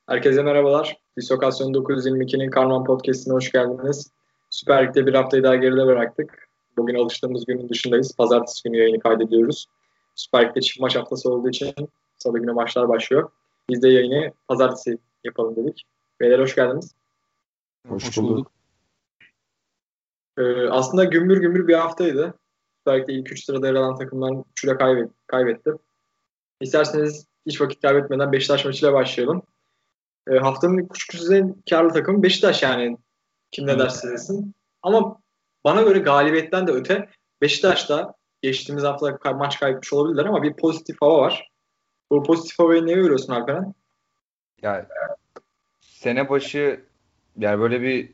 Herkese merhabalar. Dislokasyon 922'nin Karman Podcast'ine hoş geldiniz. Süper Lig'de bir haftayı daha geride bıraktık. Bugün alıştığımız günün dışındayız. Pazartesi günü yayını kaydediyoruz. Süper Lig'de çift maç haftası olduğu için salı günü maçlar başlıyor. Biz de yayını pazartesi yapalım dedik. Beyler hoş geldiniz. Hoş bulduk. Aslında gümbür gümbür bir haftaydı. Süper Lig'de ilk 3 sırada yer alan takımların 3'ü de kaybetti. İsterseniz hiç vakit kaybetmeden Beşiktaş maçıyla başlayalım. Haftanın kuşkusuz en karlı takımı Beşiktaş yani. Kim ne derse desin. Ama bana göre galibiyetten de öte Beşiktaş'ta geçtiğimiz hafta maç kaybetmiş olabilirler ama bir pozitif hava var. Bu pozitif havayı neye görüyorsun Alperen? Ya sene başı yani böyle bir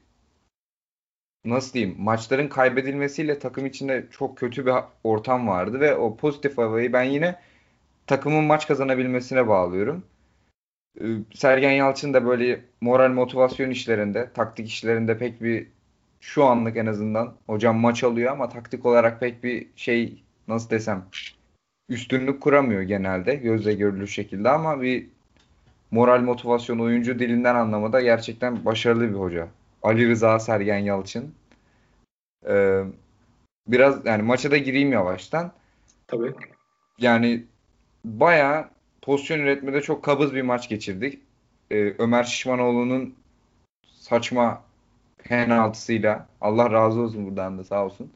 nasıl diyeyim maçların kaybedilmesiyle takım içinde çok kötü bir ortam vardı ve o pozitif havayı ben yine takımın maç kazanabilmesine bağlıyorum. Sergen Yalçın da böyle moral motivasyon işlerinde, taktik işlerinde pek bir şu anlık en azından hocam maç alıyor ama taktik olarak pek bir şey nasıl desem üstünlük kuramıyor genelde gözle görülür şekilde ama bir moral motivasyon oyuncu dilinden anlamada gerçekten başarılı bir hoca. Ali Rıza Sergen Yalçın. Ee, Biraz yani maça da gireyim yavaştan. Tabii. Yani bayağı pozisyon üretmede çok kabız bir maç geçirdik. Ömer Şişmanoğlu'nun saçma penaltısıyla Allah razı olsun buradan da sağ olsun.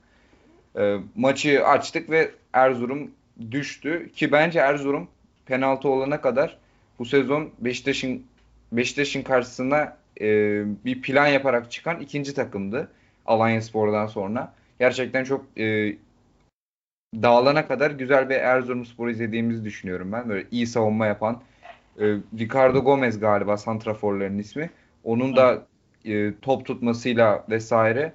Maçı açtık ve Erzurum düştü ki bence Erzurum penaltı olana kadar bu sezon Beşiktaş'ın karşısına bir plan yaparak çıkan ikinci takımdı Alanyaspor'dan sonra. Gerçekten çok dağılana kadar güzel bir Erzurumspor izlediğimizi düşünüyorum ben. Böyle iyi savunma yapan Ricardo Gomez galiba santraforların ismi. Onun da top tutmasıyla vesaire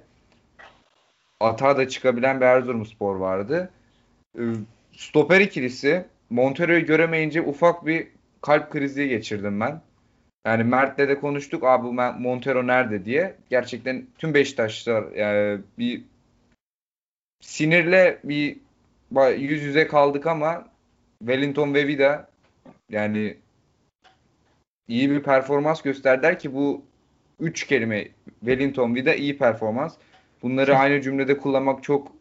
atağa da çıkabilen bir Erzurumspor vardı. E, Stoper ikilisi Montero'yu göremeyince ufak bir kalp krizi geçirdim ben. Yani Mert'le de konuştuk abi bu Montero nerede diye. Gerçekten tüm Beşiktaşlar bir sinirle bir yüz yüze kaldık ama Wellington ve Vida yani iyi bir performans gösterdiler ki bu üç kelime Wellington Vida iyi performans. Bunları aynı cümlede kullanmak çok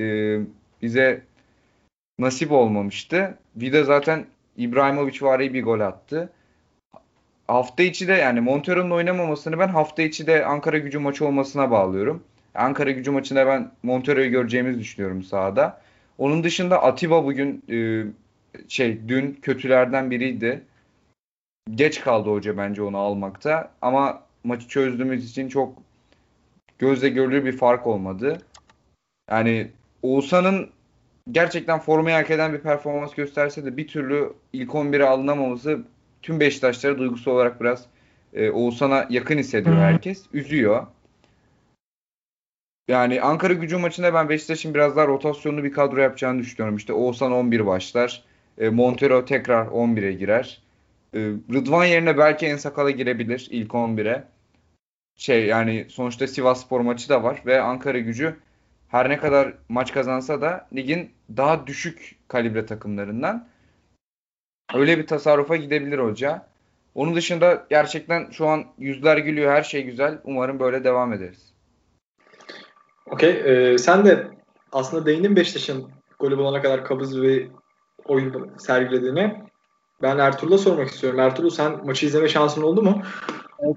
bize nasip olmamıştı. Vida zaten İbrahimovic vari bir gol attı. Hafta içi de yani Montero'nun oynamamasını ben hafta içi de Ankara Gücü maçı olmasına bağlıyorum. Ankara Gücü maçında ben Montero'yu göreceğimizi düşünüyorum sahada. Onun dışında Atiba bugün dün kötülerden biriydi. Geç kaldı hoca bence onu almakta ama maçı çözdüğümüz için çok gözle görülür bir fark olmadı. Yani Oğuzhan'ın gerçekten formayı hak eden bir performans gösterse de bir türlü ilk 11'e alınamaması tüm Beşiktaşları duygusal olarak biraz Oğuzhan'a yakın hissediyor herkes. Üzüyor. Yani Ankara Gücü maçında ben Beşiktaş'ın biraz daha rotasyonlu bir kadro yapacağını düşünüyorum. İşte Oğuzhan 11 başlar. Montero tekrar 11'e girer. Rıdvan yerine belki En Sakal'a girebilir ilk 11'e. Yani sonuçta Sivasspor maçı da var ve Ankara Gücü her ne kadar maç kazansa da ligin daha düşük kalibre takımlarından. Öyle bir tasarrufa gidebilir hoca. Onun dışında gerçekten şu an yüzler gülüyor, her şey güzel. Umarım böyle devam ederiz. Okey. Sen de aslında değindin Beşiktaş'ın golü bulana kadar kabız bir oyun sergilediğine. Ben Ertuğrul'a sormak istiyorum. Ertuğrul sen maçı izleme şansın oldu mu? Evet.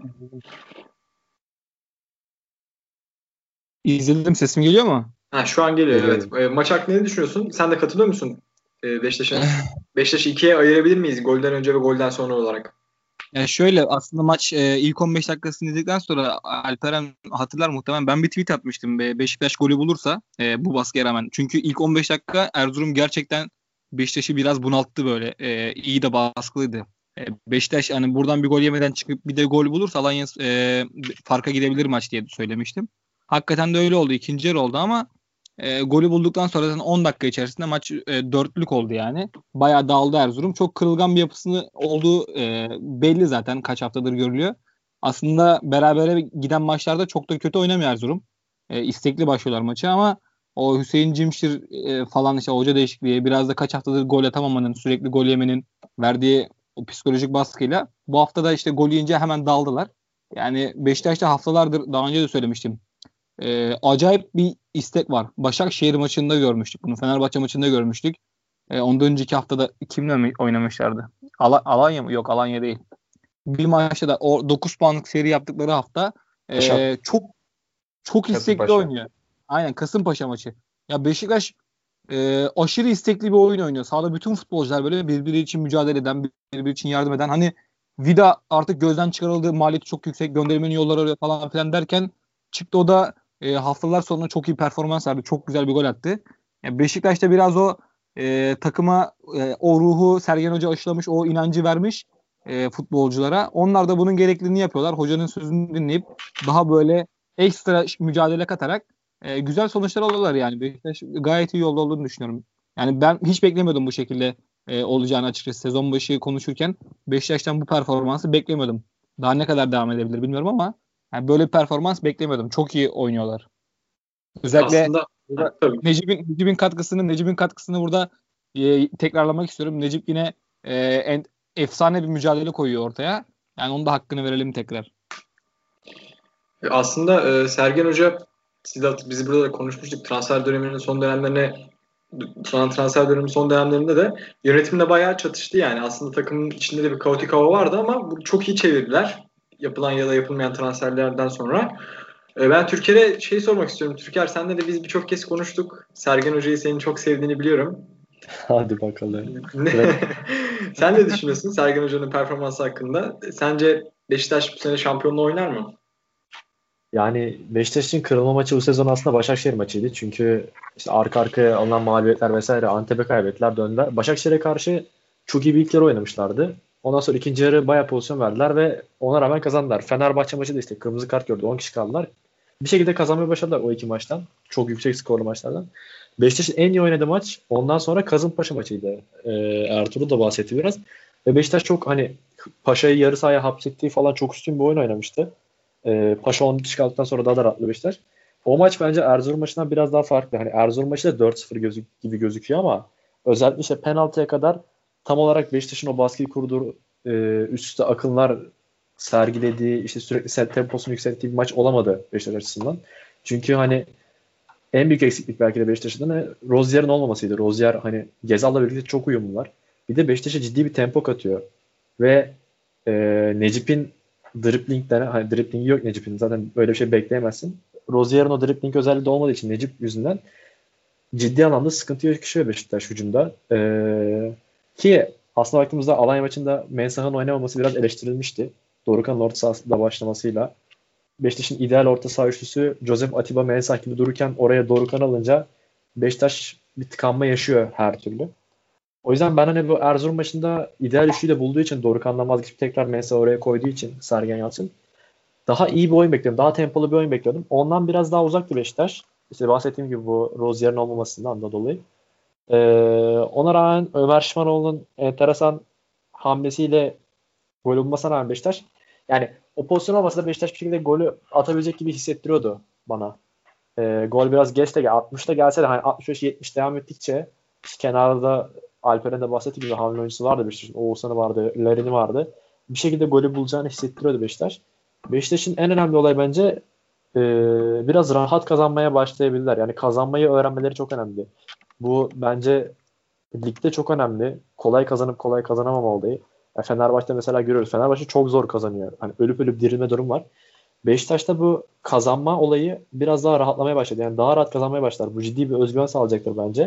İzledim. Sesim geliyor mu? Ha, şu an geliyor Geliyor. evet. Maç hakkında ne düşünüyorsun? Sen de katılıyor musun? Beşiktaş'ı ikiye ayırabilir miyiz golden önce ve golden sonra olarak? Yani şöyle aslında maç ilk 15 dakikasını izledikten sonra Alperen hatırlar muhtemelen ben bir tweet atmıştım. Beşiktaş golü bulursa bu baskıya rağmen. Çünkü ilk 15 dakika Erzurum gerçekten Beşiktaş'ı biraz bunalttı böyle. İyi de baskılıydı. Beşiktaş hani buradan bir gol yemeden çıkıp bir de gol bulursa Alanya farka gidebilir maç diye söylemiştim. Hakikaten de öyle oldu. İkinci yarı oldu ama golü bulduktan sonra zaten 10 dakika içerisinde maç dörtlük oldu yani. Bayağı dağıldı Erzurum. Çok kırılgan bir yapısını olduğu belli zaten kaç haftadır görülüyor. Aslında berabere giden maçlarda çok da kötü oynamıyor Erzurum. İstekli başlıyorlar maçı ama o Hüseyin Cimşir falan işte hoca değişikliği biraz da kaç haftadır gol atamamanın sürekli gol yemenin verdiği O psikolojik baskıyla. Bu hafta da işte gol yiyince hemen daldılar. Yani Beşiktaş'ta haftalardır daha önce de söylemiştim. Acayip bir istek var. Başakşehir maçında görmüştük bunu. Fenerbahçe maçında görmüştük. Ondan önceki haftada kimle oynamışlardı? Alanya mı? Yok, Alanya değil. Bir maçta da o 9 puanlık seri yaptıkları hafta çok çok istekli Kasımpaşa. oynuyor. Aynen, Kasımpaşa maçı. Ya Beşiktaş aşırı istekli bir oyun oynuyor. Sahada bütün futbolcular böyle birbiri için mücadele eden, birbiri için yardım eden. Hani Vida artık gözden çıkarıldı, maliyeti çok yüksek, göndermenin yolları arıyor falan filan derken çıktı o da haftalar sonra çok iyi performans verdi. Çok güzel bir gol attı. Yani Beşiktaş'ta biraz o takıma o ruhu Sergen Hoca aşılamış, o inancı vermiş futbolculara. Onlar da bunun gerekliliğini yapıyorlar. Hocanın sözünü dinleyip daha böyle ekstra mücadele katarak güzel sonuçlar alıyorlar yani. Beşiktaş gayet iyi yolda olduğunu düşünüyorum. Yani ben hiç beklemiyordum bu şekilde olacağını açıkçası. Sezon başı konuşurken Beşiktaş'tan bu performansı beklemiyordum. Daha ne kadar devam edebilir bilmiyorum ama yani böyle bir performans beklemiyordum. Çok iyi oynuyorlar. Özellikle Aslında tabii. Necip'in katkısını burada tekrarlamak istiyorum. Necip yine efsane bir mücadele koyuyor ortaya. Yani onun da hakkını verelim tekrar. Aslında Sergen Hoca biz burada da konuşmuştuk, transfer döneminin son dönemlerinde de yönetimle bayağı çatıştı yani. Aslında takımın içinde de bir kaotik hava vardı ama bunu çok iyi çevirdiler. Yapılan ya da yapılmayan transferlerden sonra. Ben Türker'e sormak istiyorum. Türker, senle de biz birçok kez konuştuk. Sergen Hoca'yı senin çok sevdiğini biliyorum. Hadi bakalım. Sen ne düşünüyorsun Sergen Hoca'nın performansı hakkında? Sence Beşiktaş bu sene şampiyonluğu oynar mı? Yani Beşiktaş'ın kırılma maçı bu sezon aslında Başakşehir maçıydı. Çünkü işte arka arkaya alınan mağlubiyetler vesaire, Antep'e kaybettiler, döndüler. Başakşehir'e karşı çok iyi bir ilk yarı oynamışlardı. Ondan sonra ikinci yarı bayağı pozisyon verdiler ve ona rağmen kazandılar. Fenerbahçe maçı da işte kırmızı kart gördü. 10 kişi kaldılar. Bir şekilde kazanmaya başladılar o iki maçtan. Çok yüksek skorlu maçlardan. Beşiktaş'ın en iyi oynadığı maç ondan sonra Kasımpaşa maçıydı. Ertuğrul da bahsetti biraz. Ve Beşiktaş çok hani Paşa'yı yarı sahaya hapsettiği falan çok üstün bir oyun oynamıştı. Paşa 10 kişi kaldıktan sonra daha da rahatlı Beşiktaş. O maç bence Erzurum maçından biraz daha farklı. Hani Erzurum maçı da 4-0 gibi gözüküyor ama özellikle işte penaltıya kadar tam olarak Beşiktaş'ın o baskıyı kurduğu, üst üste akınlar sergilediği, işte sürekli set temposunu yükselttiği bir maç olamadı Beşiktaş açısından. Çünkü hani en büyük eksiklik belki de Beşiktaş'ın Rozier'in olmamasıydı. Rozier hani Gezal'la birlikte çok uyumlular. Bir de Beşiktaş'a ciddi bir tempo katıyor. Ve Necip'in driplingleri, hani driplingi yok Necip'in. Zaten böyle bir şey bekleyemezsin. Rozier'in o dripling özelliği de olmadığı için Necip yüzünden ciddi anlamda sıkıntı yaşıyor Beşiktaş hücumda. Ki aslında baktığımızda Alanya maçında Mensah'ın oynamaması biraz eleştirilmişti. Dorukhan'ın orta sahasında başlamasıyla. Beşiktaş'ın ideal orta saha üçlüsü Joseph Atiba Mensah gibi dururken oraya Dorukhan alınca Beşiktaş bir tıkanma yaşıyor her türlü. O yüzden ben hani bu Erzurum maçında ideal üçlüyü de bulduğu için, Dorukhan'dan vazgeçip tekrar Mensah'ı oraya koyduğu için Sergen Yalçın daha iyi bir oyun bekliyordum. Daha tempolu bir oyun bekliyordum. Ondan biraz daha uzaktı Beşiktaş. İşte bahsettiğim gibi bu Rozier'in olmamasından da dolayı. Ona rağmen Ömer Şımanoğlu'nun enteresan hamlesiyle gol bulmasına rağmen Beşiktaş, yani o pozisyon olmasa da Beşiktaş bir şekilde golü atabilecek gibi hissettiriyordu bana. Gol biraz geç de 60'ta gelse de hani 65-70 devam ettikçe kenarda Alper'in de bahsettiği gibi hamle oyuncusu vardı Beşiktaş'ın. Oğuzhan'ı vardı, Larin'i vardı. Bir şekilde golü bulacağını hissettiriyordu Beşiktaş. Beşiktaş'ın en önemli olay bence biraz rahat kazanmaya başlayabilirler. Yani kazanmayı öğrenmeleri çok önemli. Bu bence ligde çok önemli. Kolay kazanıp kolay kazanamama olayı. Yani Fenerbahçe'de mesela görüyoruz. Fenerbahçe çok zor kazanıyor. Hani ölüp ölüp dirilme durum var. Beşiktaş'ta bu kazanma olayı biraz daha rahatlamaya başladı. Yani daha rahat kazanmaya başlar. Bu ciddi bir özgüven sağlayacaktır bence.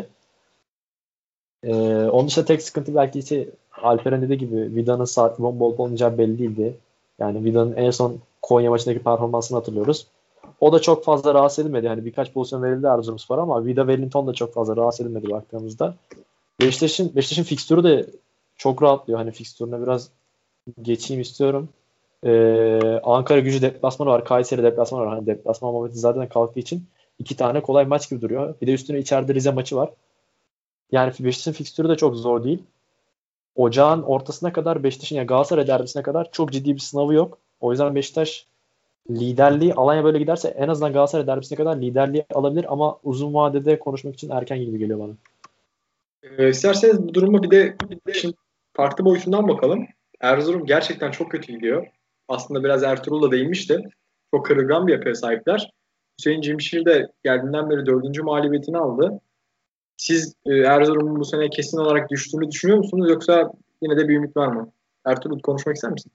Onun dışında tek sıkıntı belki işte Alper'in dediği gibi Vida'nın saatli bomba olup olmayacağı belli değildi. Yani Vida'nın en son Konya maçındaki performansını hatırlıyoruz. O da çok fazla rahatsız edilmedi. Yani birkaç pozisyon verildi Erzurumspor ama Vida Wellington da çok fazla rahatsız edilmedi baktığımızda. Beşiktaş'ın fikstürü de çok rahatlıyor. Hani fikstürüne biraz geçeyim istiyorum. Ankara-Gücü deplasmanı var. Kayseri deplasmanı var. Hani deplasman momenti zaten kalktığı için 2 tane kolay maç gibi duruyor. Bir de üstüne içeride Rize maçı var. Yani Beşiktaş'ın fikstürü de çok zor değil. Ocağın ortasına kadar Beşiktaş'ın, yani Galatasaray derbisine kadar çok ciddi bir sınavı yok. O yüzden Beşiktaş liderliği, Alanya böyle giderse en azından Galatasaray derbisine kadar liderliği alabilir ama uzun vadede konuşmak için erken gibi geliyor bana. İsterseniz bu durumu bir de şimdi farklı boyutundan bakalım. Erzurum gerçekten çok kötü gidiyor. Aslında biraz Ertuğrul da değinmişti. Çok kırılgan bir yapıya sahipler. Hüseyin Cimşir de geldiğinden beri 4. mağlubiyetini aldı. Siz Erzurum'un bu sene kesin olarak düştüğünü düşünüyor musunuz? Yoksa yine de bir ümit var mı? Ertuğrul konuşmak ister misin?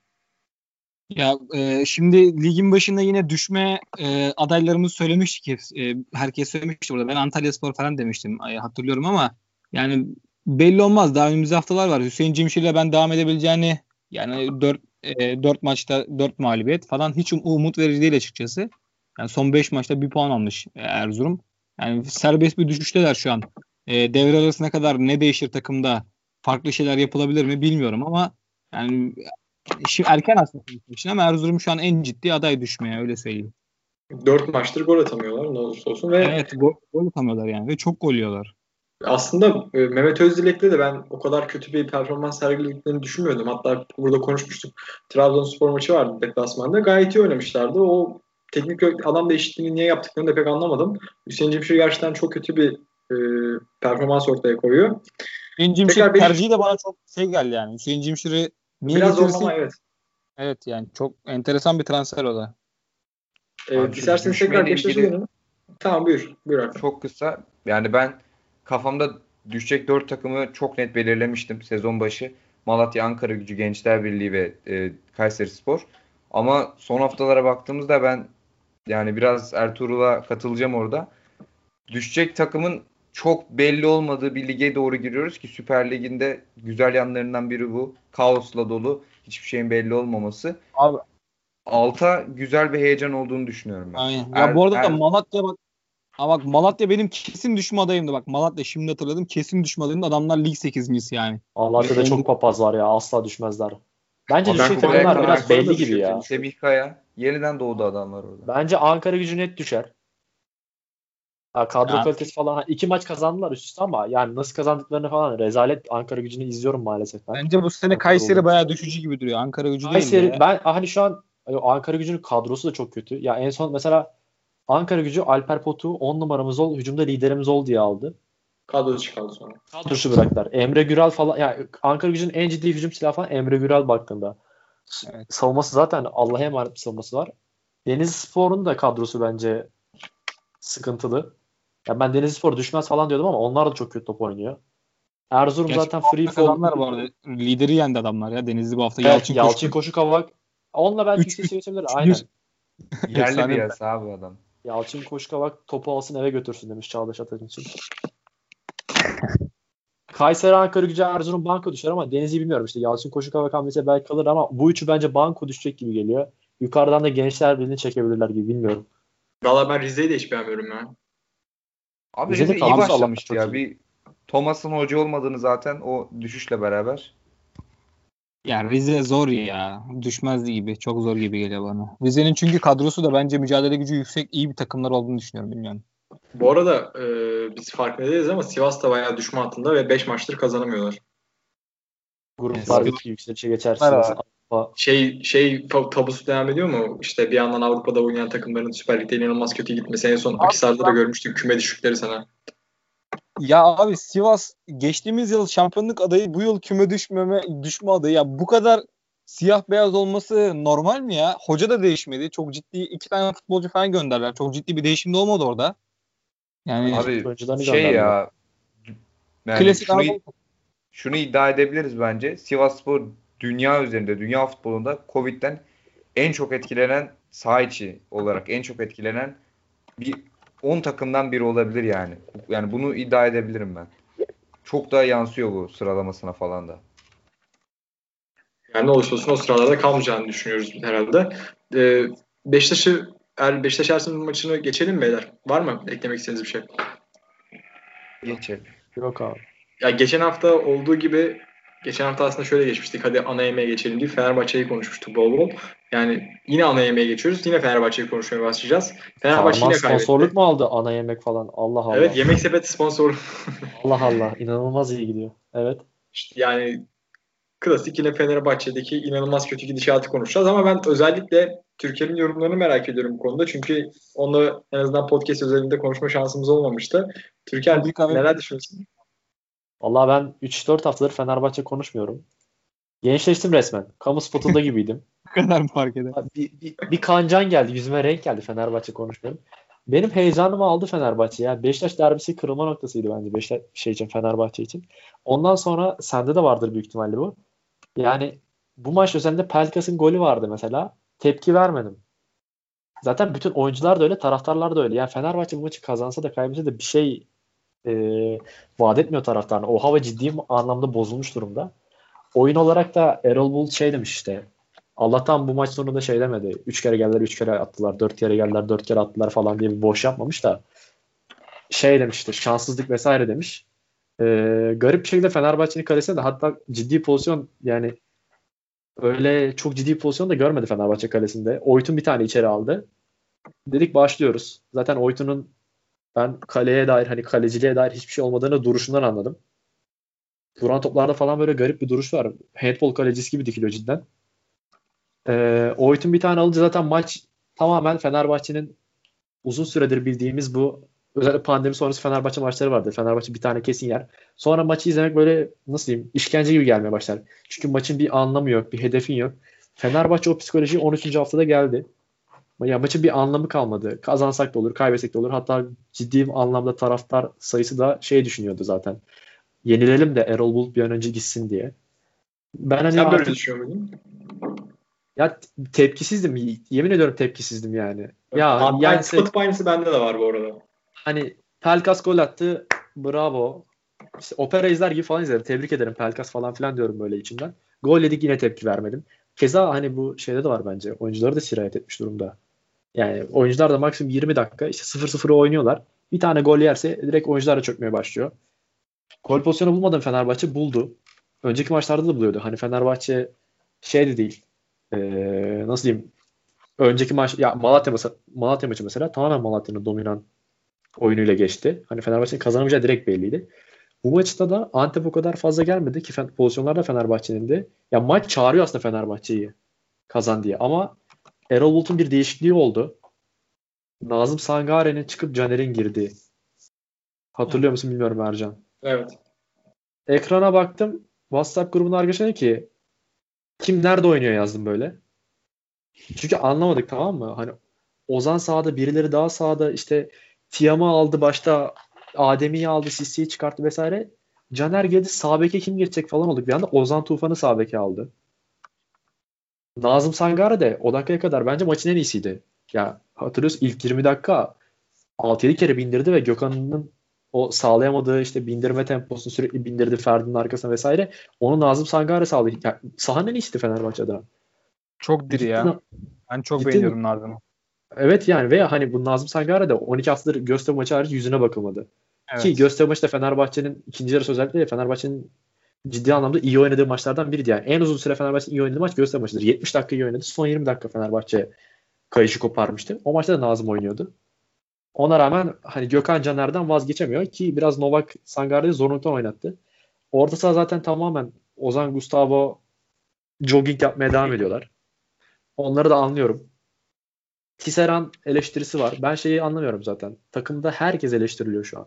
Ya şimdi ligin başında yine düşme adaylarımızı söylemiştik hep. Herkes söylemişti burada. Ben Antalyaspor falan demiştim. Hatırlıyorum ama yani belli olmaz. Daha önümüzde haftalar var. Hüseyin Cimşir'le ben devam edebileceğini yani 4 maçta 4 mağlubiyet falan hiç umut verici değil açıkçası. Yani son 5 maçta 1 puan almış Erzurum. Yani serbest bir düşüşteler şu an. Devre arasına kadar ne değişir takımda? Farklı şeyler yapılabilir mi bilmiyorum ama yani şimdi erken aslında için ama Erzurum şu an en ciddi aday düşmeye öyle söyleyeyim. 4 maçtır gol atamıyorlar ne olursa olsun ve Evet gol atamıyorlar yani ve çok gol yiyorlar. aslında Mehmet Özdilek'le de ben o kadar kötü bir performans sergilediklerini düşünmüyordum. Hatta burada konuşmuştuk. Trabzonspor maçı vardı deplasmanda. Gayet iyi oynamışlardı. O teknik adam değişikliğini niye yaptıklarını da pek anlamadım. Hüseyin Cimşir gerçekten çok kötü bir e, performans ortaya koyuyor. Hüseyin Cimşir Tekrar tercihi de bana çok şey geldi yani. Hüseyin Cimşir'i niye biraz getirirsin? zorlama evet. Evet yani çok enteresan bir transfer o da. İsterseniz tekrar Beşiktaş'a dönelim. Tamam buyur. Buyur artık. Çok kısa. Yani ben kafamda düşecek 4 takımı çok net belirlemiştim sezon başı. Malatya, Ankaragücü, Gençler Birliği ve Kayserispor. Ama son haftalara baktığımızda ben yani biraz Ertuğrul'a katılacağım orada. Düşecek takımın çok belli olmadığı bir lige doğru giriyoruz ki Süper Lig'inde güzel yanlarından biri bu. Kaosla dolu. Hiçbir şeyin belli olmaması. Abi Alta güzel bir heyecan olduğunu düşünüyorum ben. aynen. Ya bu arada da Malatya bak Malatya benim kesin düşme adayımdı bak. Malatya şimdi hatırladım. Kesin düşme adayımdı. Adamlar lig 8.'si yani. Malatya'da çok papaz var ya. Asla düşmezler. Bence Abi düşecek ben takımlar Kupa'da biraz belli gibi ya. Semih Kaya. Yeniden doğdu adamlar orada. Bence Ankaragücü net düşer. Ha, kadro Ya, kalitesi falan. 2 maç kazandılar üst üste ama yani nasıl kazandıklarını falan rezalet. Ankaragücü'nü izliyorum maalesef ben. bence bu sene Kayseri bayağı düşücü gibi duruyor. Ankaragücü değil Kayseri de. ben hani şu an Ankaragücü'nün kadrosu da çok kötü. Ya en son mesela Ankaragücü Alper Potuk'u 10 numaramız ol, hücumda liderimiz ol diye aldı. Kadro dışı kaldı sonra. Kadrosu bıraktılar. Emre Gürel falan yani Ankaragücü'nün en ciddi hücum silahı falan Emre Gürel baktığında. Evet. Savunması zaten Allah'a emanet bir savunması var. Denizlispor'un da kadrosu bence sıkıntılı. Ya ben Denizlispor düşmez falan diyordum ama onlar da çok kötü top oynuyor. Erzurum Gerçi zaten bu hafta free fall. kazandılar bu arada. Lideri yendi adamlar ya. Denizli bu hafta Evet, Yalçın Koşu. Koşu Kavak. Onunla belki 3 yüksek geçebilir. Aynen. Yerli Efsane bir bir- yasa abi adam. Yalçın Koşu Kavak topu alsın eve götürsün demiş Çağdaş Atan için. Kayseri, Ankaragücü, Erzurum banko düşer ama Denizli'yi bilmiyorum işte. Yalçın Koşu Kavak hamlesi belki kalır ama bu üçü bence banko düşecek gibi geliyor. Yukarıdan da Gençler Birliği'ni çekebilirler gibi bilmiyorum. Valla ben Rize'yi de hiç beğenmiyorum ya. Abi Rize'de Rize iyi kadrosu Allah'tan başlamıştı çok ya. iyi. Bir Thomas'ın hoca olmadığını zaten o düşüşle beraber. Ya Rize zor ya. Düşmezdi gibi. Çok zor gibi geliyor bana. Rize'nin çünkü kadrosu da bence mücadele gücü yüksek iyi bir takımlar olduğunu düşünüyorum bilmiyorum. Bu arada biz farkında değiliz ama Sivas da bayağı düşme hattında ve 5 maçtır kazanamıyorlar. Gruplardaki yükselişe geçersiniz. Var. Tabusu devam ediyor mu? İşte bir yandan Avrupa'da oynayan takımların Süper Lig'de inanılmaz kötü gitmesi. En son Akhisar'da da görmüştük küme düşükleri sana. Ya abi Sivas geçtiğimiz yıl şampiyonluk adayı bu yıl küme düşme adayı. Ya bu kadar siyah beyaz olması normal mi ya? Hoca da değişmedi. Çok ciddi 2 tane futbolcu falan gönderdiler. Çok ciddi bir değişim de olmadı orada. Yani Abi oyuncularını şey gönderdiler. ya yani klasik Anadolu. şunu iddia edebiliriz bence. Sivasspor dünya üzerinde, dünya futbolunda Covid'den en çok etkilenen saha içi olarak en çok etkilenen bir 10 takımdan biri olabilir yani. Yani bunu iddia edebilirim ben. Çok daha yansıyor bu sıralamasına falan da. Yani ne olursa olsun o sıralarda kalmayacağını düşünüyoruz herhalde. Beşiktaş Ersun maçını geçelim mi beyler? Var mı eklemek istediğiniz bir şey? Geçelim. Yok abi. Ya geçen hafta olduğu gibi geçen hafta aslında şöyle geçmiştik. Hadi ana yemeğe geçelim diye Fenerbahçe'yi konuşmuştuk bol bol. Yani yine ana yemeğe geçiyoruz. Yine Fenerbahçe'yi konuşmaya başlayacağız. Fenerbahçe Karman yine kaybetti. sponsorluk mu aldı ana yemek falan? Allah Allah. Evet, Yemek Sepeti sponsoru. Allah Allah. İnanılmaz iyi gidiyor. Evet. İşte yani klasik yine Fenerbahçe'deki inanılmaz kötü gidişatı konuşacağız ama ben özellikle Türkiye'nin yorumlarını merak ediyorum bu konuda. Çünkü onu en azından podcast özelinde konuşma şansımız olmamıştı. Türker neler düşünüyorsun? Vallahi ben 3-4 haftadır Fenerbahçe konuşmuyorum. Gençleştim resmen. Kamu spotunda gibiydim. Bu kadar mı fark eder? Bir kancan geldi. Yüzüme renk geldi. Fenerbahçe konuşmuyorum. Benim heyecanımı aldı Fenerbahçe. Yani Beşiktaş derbisi kırılma noktasıydı bence Beşiktaş için, Fenerbahçe için. Ondan sonra sende de vardır büyük ihtimalle bu. Yani bu maç özelinde Pelkas'ın golü vardı mesela. Tepki vermedim. Zaten bütün oyuncular da öyle, taraftarlar da öyle. Yani Fenerbahçe bu maçı kazansa da kaybetse de bir şey e, vaat etmiyor taraftarına. O hava ciddi anlamda bozulmuş durumda. Oyun olarak da Erol Bulut şey demiş işte. Allah'tan bu maç sonunda şey demedi. 3 kere geldiler, 3 kere attılar. 4 kere geldiler, 4 kere attılar falan diye bir boş yapmamış da. Şey demiş işte, şanssızlık vesaire demiş. Garip bir şekilde Fenerbahçe'nin kalesine de hatta ciddi pozisyon, yani öyle çok ciddi pozisyon da görmedi Fenerbahçe kalesinde. Oytun bir tane içeri aldı. Dedik başlıyoruz. Zaten Oytun'un ben kaleye dair, hani kaleciliğe dair hiçbir şey olmadığını duruşundan anladım. Duran toplarda falan böyle garip bir duruş var. Handball kalecisi gibi dikiliyor cidden. Oytun bir tane alınca zaten maç tamamen Fenerbahçe'nin uzun süredir bildiğimiz bu, özellikle pandemi sonrası Fenerbahçe maçları vardı. Fenerbahçe bir tane kesin yer. Sonra maçı izlemek böyle, nasıl diyeyim, işkence gibi gelmeye başlar. Çünkü maçın bir anlamı yok, bir hedefin yok. Fenerbahçe o psikoloji 13. haftada geldi. Ya maçın bir anlamı kalmadı. Kazansak da olur, kaybetsek de olur. Hatta ciddi anlamda taraftar sayısı da şey düşünüyordu zaten. Yenilelim de Erol Bulut bir an önce gitsin diye. Ben hani Sen böyle artık düşünüyor muydun? ya tepkisizdim. Yemin ediyorum tepkisizdim yani. Ya Aynı, yense tıpatıp aynısı bende de var bu arada. hani Pelkas gol attı. Bravo. İşte opera izler gibi falan izledim. Tebrik ederim Pelkas falan filan diyorum böyle içimden. Gol yedik, yine tepki vermedim. Keza hani bu şeyde de var bence. Oyuncuları da sirayet etmiş durumda. Yani oyuncular da maksimum 20 dakika işte 0-0'ı oynuyorlar. Bir tane gol yerse direkt oyuncular da çökmeye başlıyor. Gol pozisyonu bulmadan Fenerbahçe buldu. Önceki maçlarda da buluyordu. Hani Fenerbahçe şeydi değil. Nasıl diyeyim? Önceki maç ya Malatya maçı mesela tamamen Malatya'nın dominant oyunuyla geçti. Hani Fenerbahçe'nin kazanamayacağı direkt belliydi. Bu maçta da Antep o kadar fazla gelmedi ki pozisyonlarda Fenerbahçe'nin de. Ya maç çağırıyor aslında Fenerbahçe'yi kazan diye. Ama Erol Bulut'un bir değişikliği oldu. Nazım Sangare'nin çıkıp Caner'in girdiği. Hatırlıyor musun bilmiyorum Ercan. Evet. Ekrana baktım. WhatsApp grubunun arkadaşına ki kim nerede oynuyor yazdım böyle. Çünkü anlamadık, tamam mı? Hani Ozan sağda, birileri daha sağda, işte Tiam'ı aldı başta, Adem'i aldı, Sisi'yi çıkarttı vesaire. Caner geldi, sağ beke kim geçecek falan olduk. Bir anda Ozan Tufan'ı sağ beke aldı. Nazım Sangare de o dakikaya kadar bence maçın en iyisiydi. Ya hatırlıyorsun, ilk 20 dakika 6-7 kere bindirdi ve Gökhan'ın o sağlayamadığı işte bindirme temposunu sürekli bindirdi Ferdi'nin arkasına vesaire. Onu Nazım Sangare sağladı. Yani sahanın en iyisiydi Fenerbahçe adına. Çok diri ya. Ben çok Ciddi, beğeniyorum Nazım'ı. evet yani, veya hani bu Nazım Sangare de 12 haftadır Göztepe maçı hariç yüzüne bakılmadı. Ki Evet. Göztepe maçı da Fenerbahçe'nin ikinci yarısı, özellikle Fenerbahçe'nin ciddi anlamda iyi oynadığı maçlardan biriydi. Yani en uzun süre Fenerbahçe'nin iyi oynadığı maç Göztepe maçıdır. 70 dakika iyi oynadı. Son 20 dakika Fenerbahçe kayışı koparmıştı. O maçta da Nazım oynuyordu. Ona rağmen hani Gökhan Caner'den vazgeçemiyor ki biraz Novak Sangare'yi zorunluluktan oynattı. Orta saha zaten tamamen Ozan Gustavo jogging yapmaya devam ediyorlar. Onları da anlıyorum. Tisserand eleştirisi var. Ben şeyi anlamıyorum zaten. Takımda herkes eleştiriliyor şu an.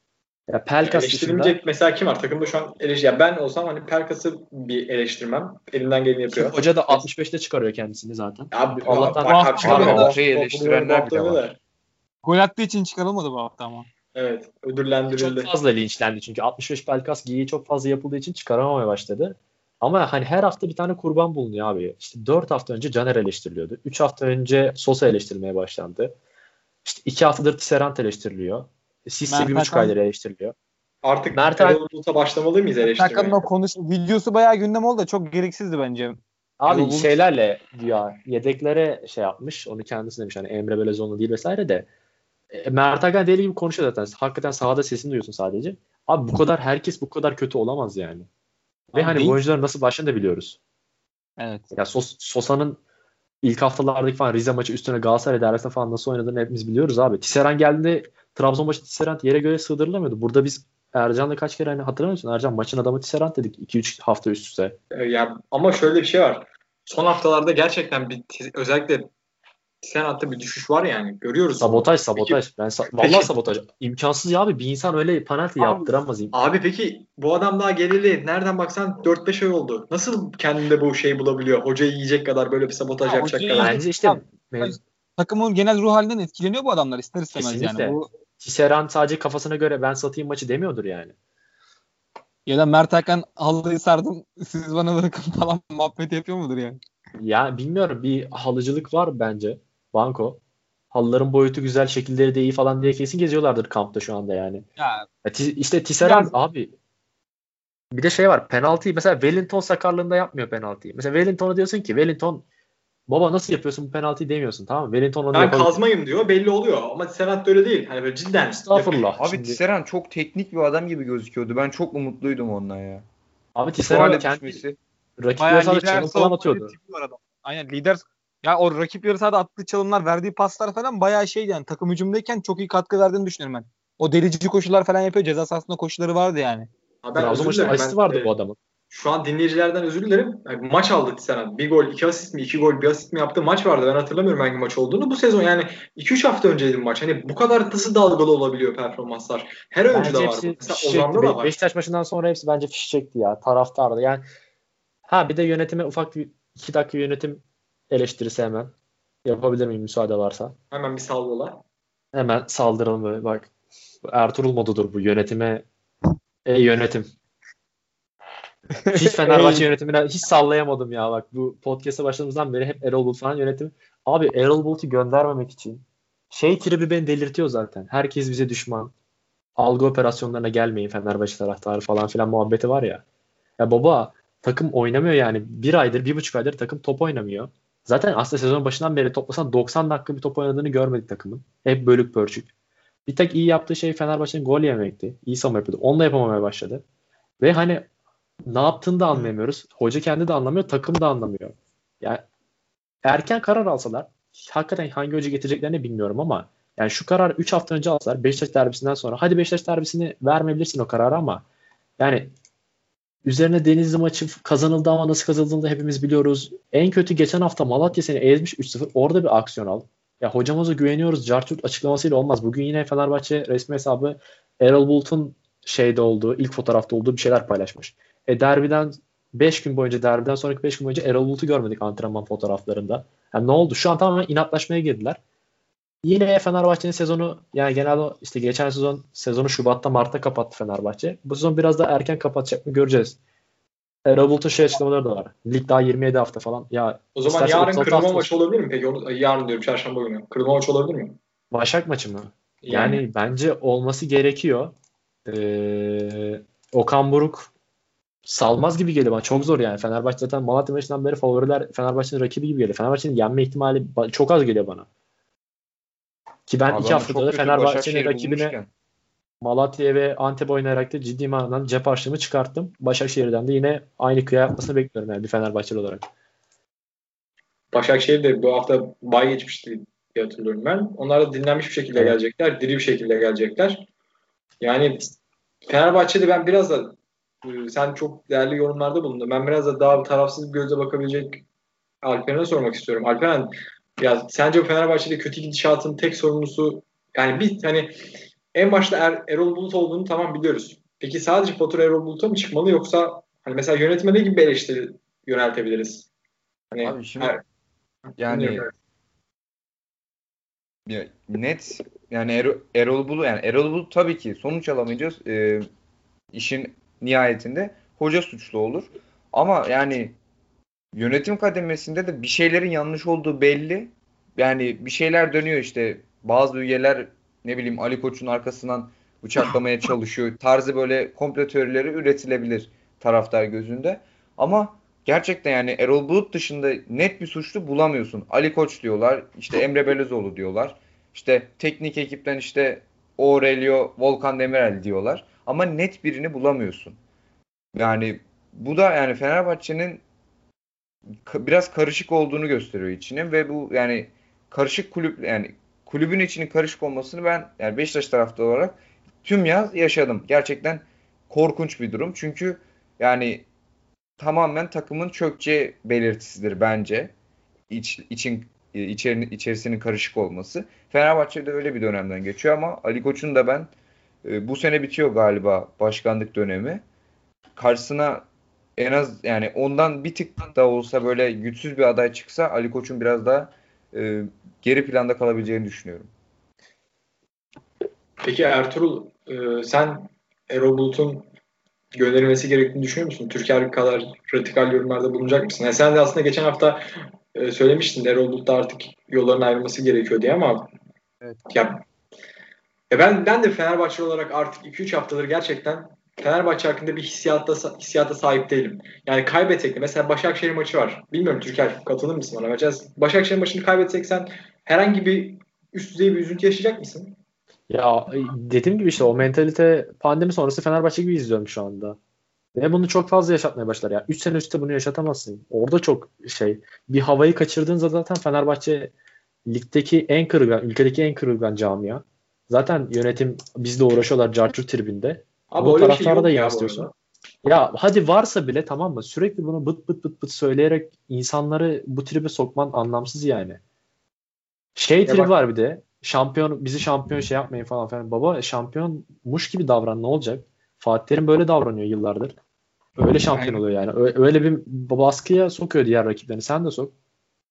Ya Pelkas dışında Eleştirilecek mesela kim var? Takımda şu an ya ben olsam hani Pelkas'ı bir eleştirmem. Elimden geleni yapıyor. hoca da 65'te çıkarıyor kendisini zaten. Abi, Allah'tan bak abi çıkarmıyor. Abi, Bu şey eleştirenler bile var. Gol attığı için çıkarılmadı bu hafta ama. Evet. çok Ödüllendirildi. fazla linçlendi çünkü 65 Pelkas giyi çok fazla yapıldığı için çıkaramamaya başladı. Ama hani her hafta bir tane kurban bulunuyor abi. İşte 4 hafta önce Caner eleştiriliyordu. 3 hafta önce Sosa eleştirilmeye başlandı. İşte 2 haftadır Tisserand eleştiriliyor. Sisse Mert 1,5 aydır eleştiriliyor. Artık Mert Erol Bulut'a başlamalı mıyız eleştirmeye? Hakan'ın o videosu bayağı gündem oldu da çok gereksizdi bence. Abi Erol Bulut- şeylerle ya yedeklere şey yapmış. Onu kendisi demiş, hani Emre Belözoğlu değil vesaire de. Mert Hakan deli gibi konuşuyor zaten. Hakikaten sahada sesini duyuyorsun sadece. Abi bu kadar, herkes bu kadar kötü olamaz yani. Ve Abi hani değil. bu oyuncuların nasıl başladığını da biliyoruz. Evet. Ya Sosa'nın ilk haftalardaki falan Rize maçı üstüne Galatasaray derbisinde falan nasıl oynadığını hepimiz biliyoruz abi. Tisserand geldiğinde Trabzon maçı Tisserand yere göre sığdırılamıyordu. Burada biz Ercan'la kaç kere, hani hatırlamıyor musun? Ercan maçın adamı Tisserand dedik 2-3 hafta üst üste. Ya, ama şöyle bir şey var. Son haftalarda gerçekten özellikle Tisserand'da bir düşüş var yani. Görüyoruz. Sabotaj. Peki, Vallahi sabotaj. İmkansız ya abi. Bir insan öyle penaltı yaptıramaz. Abi peki bu adam daha geleli nereden baksan 4-5 ay oldu. Nasıl kendinde bu şeyi bulabiliyor? Hocayı yiyecek kadar, böyle bir sabotaj yapacak kadar. Bence işte takımın genel ruh halinden etkileniyor bu adamlar ister istemez kesinlikle. yani. Bu Tisserand sadece kafasına göre ben satayım maçı demiyordur yani. ya da Mert Hakan halıyı sardım siz bana bırakın falan muhabbet yapıyor mudur yani? Ya bilmiyorum, bir halıcılık var bence. Banko. Halıların boyutu güzel, şekilleri de iyi falan diye kesin geziyorlardır kampta şu anda yani. Ya İşte Tisserand biraz abi, bir de şey var. Penaltıyı mesela Wellington sakarlığında yapmıyor penaltıyı. Mesela Wellington'a diyorsun ki Wellington baba nasıl yapıyorsun bu penaltıyı demiyorsun, tamam mı? Wellington onu Ben yapabilir. kazmayım diyor, belli oluyor. Ama Tisserand öyle değil. Hani böyle cidden. Estağfurullah. Abi Şimdi, Tisserand çok teknik bir adam gibi gözüküyordu. Ben çok umutluydum ondan ya. abi Şu Tisserand hale kendi düşmesi. rakipleri bayağı sadece lider çalım falan savunmacı bir atıyordu. tipi var adam. Aynen lider. Ya o rakip yarı sahada attığı çalımlar, verdiği paslar falan bayağı şeydi yani. Takım hücumdayken çok iyi katkı verdiğini düşünüyorum ben. O delici koşular falan yapıyor. Ceza sahasında koşuları vardı yani. Ha, ben Trabzon özür maçında dilerim. asisti Ben vardı bu adamın. şu an dinleyicilerden özür dilerim. Yani maç aldı Tisserand. Bir gol, 2 asist mi? 2 gol, 1 asist mi yaptığı maç vardı. Ben hatırlamıyorum hangi maç olduğunu. Bu sezon yani 2-3 hafta önceydi bu maç. Hani bu kadar nasıl dalgalı olabiliyor performanslar? Her oyuncuda Bence var bu. hepsi Mesela fiş çekti. Ozan'da da var. Beşiktaş maçından sonra hepsi bence fiş çekti ya. Taraftardı. Yani bir de yönetime ufak bir 2 dakika yönetim eleştirisi hemen. Yapabilir miyim müsaade varsa? Hemen bir salvola. Hemen saldıralım böyle. Bak, Ertuğrul modudur bu yönetime. Ey yönetim. Hiç Fenerbahçe yönetimine hiç sallayamadım ya. Bak, bu podcast'a başladığımızdan beri hep Erol Bulut falan yönetim. Abi Erol Bulut'u göndermemek için tribi beni delirtiyor zaten. Herkes bize düşman. Algı operasyonlarına gelmeyin Fenerbahçe taraftarı falan filan muhabbeti var ya. Ya baba, takım oynamıyor yani. 1 aydır, 1,5 aydır takım top oynamıyor. Zaten aslında sezon başından beri toplasan 90 dakika bir top oynadığını görmedik takımın. Hep bölük pörçük. Bir tek iyi yaptığı şey Fenerbahçe'nin gol yemekti. İyi savunma yapıyordu. Onu da yapamamaya başladı. Ve hani ne yaptığını da anlayamıyoruz. Hoca kendi de anlamıyor, takım da anlamıyor. Yani erken karar alsalar, hakikaten hangi hoca getireceklerini bilmiyorum ama yani şu kararı 3 hafta önce alsalar, Beşiktaş derbisinden sonra, hadi Beşiktaş derbisini vermeyebilirsin o kararı ama yani üzerine Denizli maçı kazanıldı ama nasıl kazanıldığını da hepimiz biliyoruz. En kötü geçen hafta Malatya seni ezmiş 3-0. Orada bir aksiyon al. Ya hocamıza güveniyoruz. Cartürk açıklamasıyla olmaz. Bugün yine Fenerbahçe resmi hesabı Erol Bulut'un olduğu, ilk fotoğrafta olduğu bir şeyler paylaşmış. Derbiden 5 gün boyunca, derbiden sonraki 5 gün boyunca Erol Bulut'u görmedik antrenman fotoğraflarında. Yani ne oldu? Şu an tamamen inatlaşmaya girdiler. Yine Fenerbahçe'nin sezonu, yani genelde işte geçen sezonu Şubat'ta Mart'ta kapattı Fenerbahçe. Bu sezon biraz daha erken kapatacak mı göreceğiz. Erol Bulut'un açıklamaları da var. Lig daha 27 hafta falan. Ya O zaman isterse yarın 36 kırılma hafta maçı olabilir mi? Peki onu, yarın diyorum, çarşamba günü. Kırılma maçı olabilir mi? Başak maçı mı? Yani Yani bence olması gerekiyor. Okan Buruk salmaz gibi geliyor bana. Çok zor yani. Fenerbahçe zaten Malatya maçından beri favoriler Fenerbahçe'nin rakibi gibi geliyor. Fenerbahçe'nin yenme ihtimali çok az geliyor bana. Ki ben Abi 2 ama haftada çok da kötü Fenerbahçe'nin Başakşehir rakibine bulmuşken. Malatya ve Antep oynayarak da ciddi manada cep harçlığımı çıkarttım. Başakşehir'den de yine aynı kıya yapmasını bekliyorum yani bir Fenerbahçeli olarak. Başakşehir de bu hafta bay geçmişti diye hatırlıyorum ben. Onlar da dinlenmiş bir şekilde Evet. gelecekler. Diri bir şekilde gelecekler. Yani Fenerbahçe'de ben biraz da sen çok değerli yorumlarda bulundun. Ben biraz da daha tarafsız bir gözle bakabilecek Alperen'e sormak istiyorum. Alperen, ya sence bu Fenerbahçe'de kötü gidişatın tek sorumlusu, yani bir hani en başta Erol Bulut olduğunu tamam biliyoruz. Peki sadece fatura Erol Bulut'a mı çıkmalı, yoksa hani mesela yönetime ne gibi bir eleştiri yöneltebiliriz? Hani Abi şimdi yani dinliyorum. ya net yani Erol Bulut, yani Erol Bulut tabii ki sonuç alamayacağız. İşin nihayetinde hoca suçlu olur. Ama yani yönetim kademesinde de bir şeylerin yanlış olduğu belli. Yani bir şeyler dönüyor işte. Bazı üyeler ne bileyim Ali Koç'un arkasından bıçaklamaya çalışıyor. Tarzı böyle komplo teorileri üretilebilir taraftar gözünde. Ama gerçekten yani Erol Bulut dışında net bir suçlu bulamıyorsun. Ali Koç diyorlar. İşte Emre Belözoğlu diyorlar. İşte teknik ekipten işte Aurelio Volkan Demirel diyorlar. Ama net birini bulamıyorsun. Yani bu da yani Fenerbahçe'nin biraz karışık olduğunu gösteriyor içinin ve bu yani karışık kulüp, yani kulübün içinin karışık olmasını ben yani Beşiktaş taraftarı olarak tüm yaz yaşadım. Gerçekten korkunç bir durum. Çünkü yani tamamen takımın çökeceği belirtisidir bence. İçin içerisinin karışık olması. Fenerbahçe'de öyle bir dönemden geçiyor ama Ali Koç'un da ben bu sene bitiyor galiba başkanlık dönemi. Karşısına en az yani ondan bir tık da olsa böyle güçsüz bir aday çıksa Ali Koç'un biraz daha geri planda kalabileceğini düşünüyorum. Peki Ertuğrul, sen Erol Bulut'un gönderilmesi gerektiğini düşünüyor musun? Türker kadar radikal yorumlarda bulunacak mısın? Yani sen de aslında geçen hafta söylemiştin Erol Bulut'ta artık yolların ayrılması gerekiyor diye ama Evet. ben de Fenerbahçe olarak artık 2-3 haftadır gerçekten Fenerbahçe hakkında bir hissiyata sahip değilim. Yani kaybetsek de mesela Başakşehir maçı var. Bilmiyorum Türker katılır mısın bana? Başakşehir maçını kaybetsek sen herhangi bir üst düzey bir üzüntü yaşayacak mısın? Ya dediğim gibi işte o mentalite pandemi sonrası Fenerbahçe gibi izliyorum şu anda. Ve bunu çok fazla yaşatmaya başlar ya. 3 sene üstte bunu yaşatamazsın. Orada çok bir havayı kaçırdığınızda zaten Fenerbahçe ligdeki en kırılgan, ülkedeki en kırılgan camia. Zaten yönetim bizle uğraşıyorlar carçur tribünde. Abi Bunu öyle bir şey taraftara yok da ya bu yansıtıyorsun. arada. Ya hadi varsa bile tamam mı? Sürekli bunu bıt bıt bıt bıt söyleyerek insanları bu tribe sokman anlamsız yani. Tribi Bak, var bir de. Bizi şampiyon yapmayın falan filan. Baba şampiyonmuş gibi davran ne olacak? Fatih Terim böyle davranıyor yıllardır. Öyle şampiyon Aynen. oluyor yani. Öyle bir baskıya sokuyor diğer rakiplerini. Sen de sok.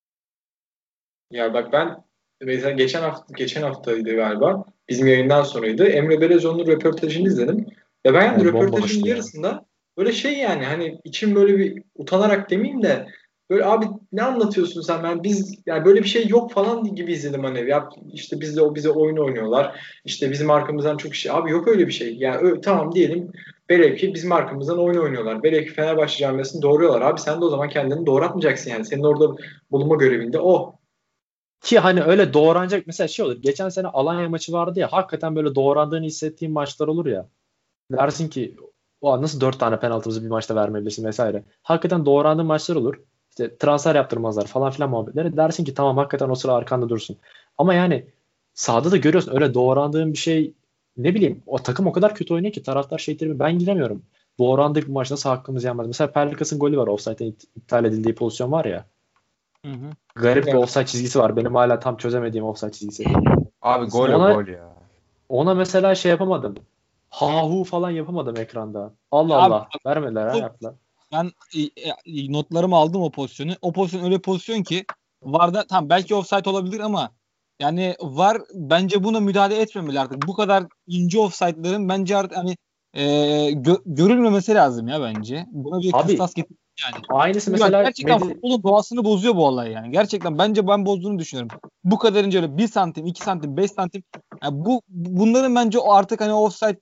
ya bak ben mesela geçen haftaydı galiba. Bizim yayından sonraydı. Emre Belezoğlu'nun röportajını izledim. Ya ben yani Yani röportajın bomboştu ya. yarısında böyle yani hani içim böyle bir utanarak demeyeyim de böyle abi ne anlatıyorsun sen biz yani böyle bir şey yok falan gibi izledim hani ya işte bize oyun oynuyorlar işte bizim arkamızdan çok şey abi yok öyle bir şey yani tamam diyelim velev ki bizim arkamızdan oyun oynuyorlar velev ki Fenerbahçe camiasını doğruyorlar abi sen de o zaman kendini doğratmayacaksın yani senin orada bulunma görevinde o. Ki hani öyle doğranacak mesela olur. Geçen sene Alanya maçı vardı ya hakikaten böyle doğrandığını hissettiğim maçlar olur ya. Dersin ki nasıl 4 tane penaltımızı bir maçta vermeyebilirsin vesaire. Hakikaten doğrandığın maçlar olur. İşte transfer yaptırmazlar falan filan muhabbetleri. Dersin ki tamam hakikaten o sıra arkanda dursun. Ama yani sahada da görüyorsun öyle doğrandığın bir şey ne bileyim o takım o kadar kötü oynuyor ki taraftar tribü ben giremiyorum. Doğrandık bir maç nasıl hakkımız yenmez. Mesela Pelkas'ın golü var offside'den iptal edildiği pozisyon var ya. Hı hı. Garip bir Evet. offside çizgisi var. Benim hala tam çözemediğim offside çizgisi. Abi gol Ona, gol ya. ona mesela yapamadım. Ha falan yapamadım ekranda. Allah Abi Allah. Vermediler ha bu- yaptılar. ben notlarımı aldım o pozisyonu. O pozisyon öyle pozisyon ki VAR'da tamam belki offside olabilir ama yani VAR bence buna müdahale etmemeli artık. Bu kadar ince offside'ların bence artık hani görülmemesi lazım ya bence. Buna bir Abi kıstas getir yani. aynısı Çünkü bak mesela gerçekten futbolun doğasını bozuyor bu olay yani. Gerçekten bence ben bozduğunu düşünüyorum. Bu kadar ince öyle 1 santim, 2 santim, 5 santim. Yani bunların bence o artık hani offside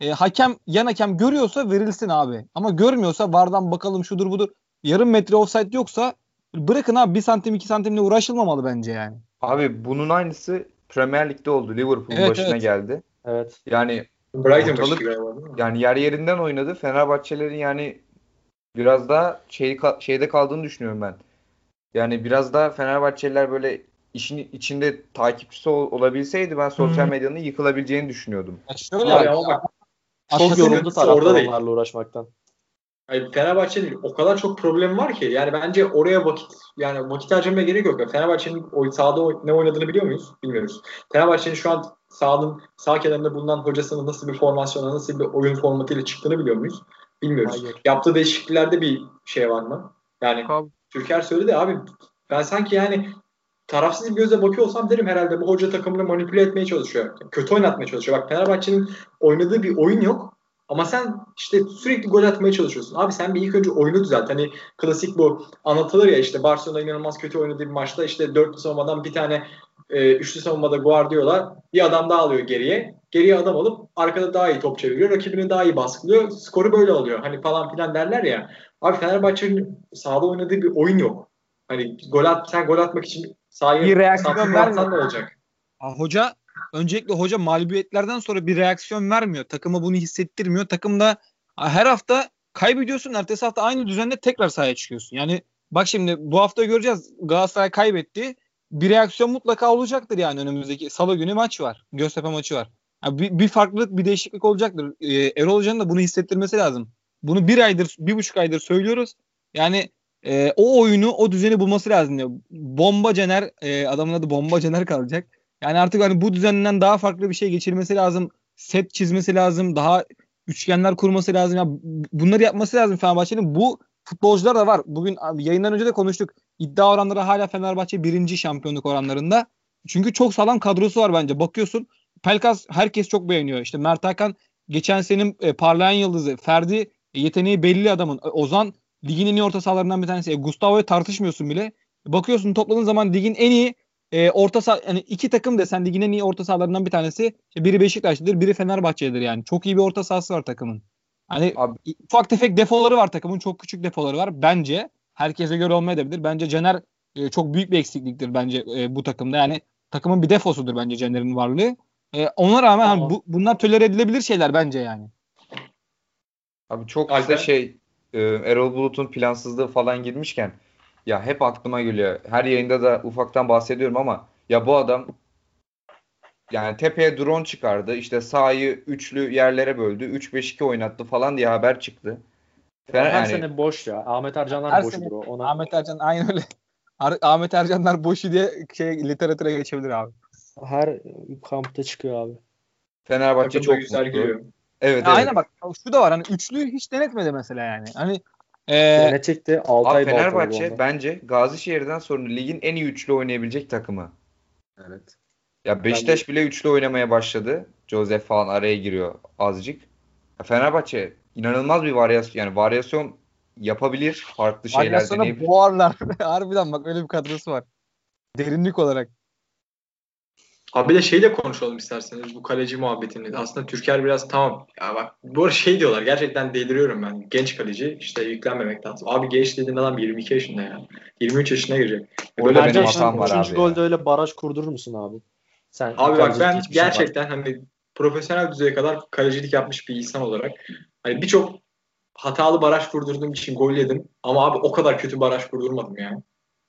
yan hakem görüyorsa verilsin abi. Ama görmüyorsa VAR'dan bakalım şudur budur. Yarım metre offside yoksa bırakın abi 1 santim 2 santimle uğraşılmamalı bence yani. Abi bunun aynısı Premier Lig'de oldu. Liverpool'un Evet başına evet. geldi. evet. Yani Brighton maçıydı ortalık galiba değil mi? yani yer yerinden oynadı. Fenerbahçelerin yani biraz daha şeyde kaldığını düşünüyorum ben. Yani biraz daha Fenerbahçeliler böyle işin içinde takipçisi olabilseydi ben sosyal medyanın yıkılabileceğini düşünüyordum. Ya şöyle Abi Ya ama bak çok takımın yoruldu sıkıntısı taraftar orada değil. onlarla uğraşmaktan. Yani Fenerbahçe'nin o kadar çok problemi var ki yani bence oraya vakit harcamaya gerek yok. Yani Fenerbahçe'nin sahada ne oynadığını biliyor muyuz? Bilmiyoruz. Fenerbahçe'nin şu an sağ kenarında bulunan hocasının nasıl bir formasyona, nasıl bir oyun formatıyla çıktığını biliyor muyuz? Bilmiyoruz. Hayır. Yaptığı değişikliklerde bir şey var mı? Yani Türker söyledi abi ben sanki yani tarafsız bir gözle bakıyor olsam derim herhalde bu hoca takımını manipüle etmeye çalışıyor. Kötü oynatmaya çalışıyor. Bak Fenerbahçe'nin oynadığı bir oyun yok. Ama sen işte sürekli gol atmaya çalışıyorsun. Abi sen bir ilk önce oyunu düzelt. Hani klasik bu anlatılır ya işte Barcelona inanılmaz kötü oynadığı bir maçta işte dörtlü savunmadan bir tane üçlü savunmada Guardiola bir adam daha alıyor geriye. Geriye adam alıp arkada daha iyi top çeviriyor. Rakibini daha iyi baskılıyor. Skoru böyle alıyor. Hani falan filan derler ya. Abi Fenerbahçe'nin sahada oynadığı bir oyun yok. Hani sen gol atmak için bir sahaya reaksiyon santrfor atsan vermiyor. ne olacak? Hoca mağlubiyetlerden sonra bir reaksiyon vermiyor. Takıma bunu hissettirmiyor. Takımda her hafta kaybediyorsun. Ertesi hafta aynı düzenle tekrar sahaya çıkıyorsun. Yani bak şimdi bu hafta göreceğiz. Galatasaray kaybetti. Bir reaksiyon mutlaka olacaktır yani önümüzdeki salı günü maç var. Göztepe maçı var. Yani bir farklılık, bir değişiklik olacaktır. Erol Hoca'nın da bunu hissettirmesi lazım. Bunu 1 buçuk aydır söylüyoruz. Yani o oyunu, o düzeni bulması lazım diyor. Bomba Caner, adamın adı Bomba Caner kalacak. Yani artık hani bu düzenden daha farklı bir şey geçirmesi lazım. Set çizmesi lazım. Daha üçgenler kurması lazım. Ya bunları yapması lazım Fenerbahçe'nin. Bu futbolcular da var. Bugün abi, yayından önce de konuştuk. İddia oranları hala Fenerbahçe birinci şampiyonluk oranlarında. Çünkü çok sağlam kadrosu var bence. Bakıyorsun Pelkas herkes çok beğeniyor. İşte Mert Hakan geçen senin parlayan yıldızı. Ferdi yeteneği belli adamın. Ozan ligin en iyi orta sahalarından bir tanesi. Gustavo'ya tartışmıyorsun bile. Bakıyorsun topladığın zaman ligin en iyi orta saha, yani iki takım desen ligin en iyi orta sahalarından bir tanesi. İşte biri Beşiktaş'tır, biri Fenerbahçe'dir yani. Çok iyi bir orta sahası var takımın. Hani Abi, ufak tefek defoları var takımın. Çok küçük defoları var. Bence herkese göre olmayabilir. Bence Caner çok büyük bir eksikliktir bence bu takımda. Yani takımın bir defosudur bence Caner'in varlığı. Ona rağmen hani bunlar tolere edilebilir şeyler bence yani. abi çok kısa Erol Bulut'un plansızlığı falan girmişken ya hep aklıma geliyor. Her yayında da ufaktan bahsediyorum ama ya bu adam yani tepeye drone çıkardı. İşte sahayı üçlü yerlere böldü. 3-5-2 oynattı falan diye haber çıktı. Her Yani sene boş ya. Ahmet Ercanlar Her boşudur sene o. Ona Ahmet Ercan aynen öyle. Ahmet Ercanlar boşu diye literatüre geçebilir abi. her kampta çıkıyor abi. Fenerbahçe Takım da çok güzel mutlu. gülüyor. Evet, Ya evet. aynen bak şu da var hani üçlü hiç denetmedi mesela yani. Hani Denetecekti. Abi Altay baltaladı Fenerbahçe onda. bence Gazişehir'den sonra ligin en iyi üçlü oynayabilecek takımı. Evet. Ya Beşiktaş bile üçlü oynamaya başladı. Joseph falan araya giriyor azıcık. Ya Fenerbahçe inanılmaz bir varyasyon, yani varyasyon yapabilir. Farklı şeyler varyasyona deneyebilir. boğarlar. Harbiden bak öyle bir kadrosu var. Derinlik olarak. Abi bir de şeyle konuşalım isterseniz bu kaleci muhabbetini. Aslında Türker biraz tamam. Ya bak bu arada şey diyorlar gerçekten deliriyorum ben. Genç kaleci işte yüklenmemek lazım. Abi genç dediğin adam 22 yaşında ya. 23 yaşına girecek. Orada Böyle benim Ercan genç, hatam sen var 3. abi ya. golde öyle baraj kurdurur musun abi? Sen abi bak kalecilik ben geçmişin var. gerçekten hani profesyonel düzeye kadar kalecilik yapmış bir insan olarak hani birçok hatalı baraj kurdurduğum için gol yedim. Ama abi o kadar kötü baraj kurdurmadım yani.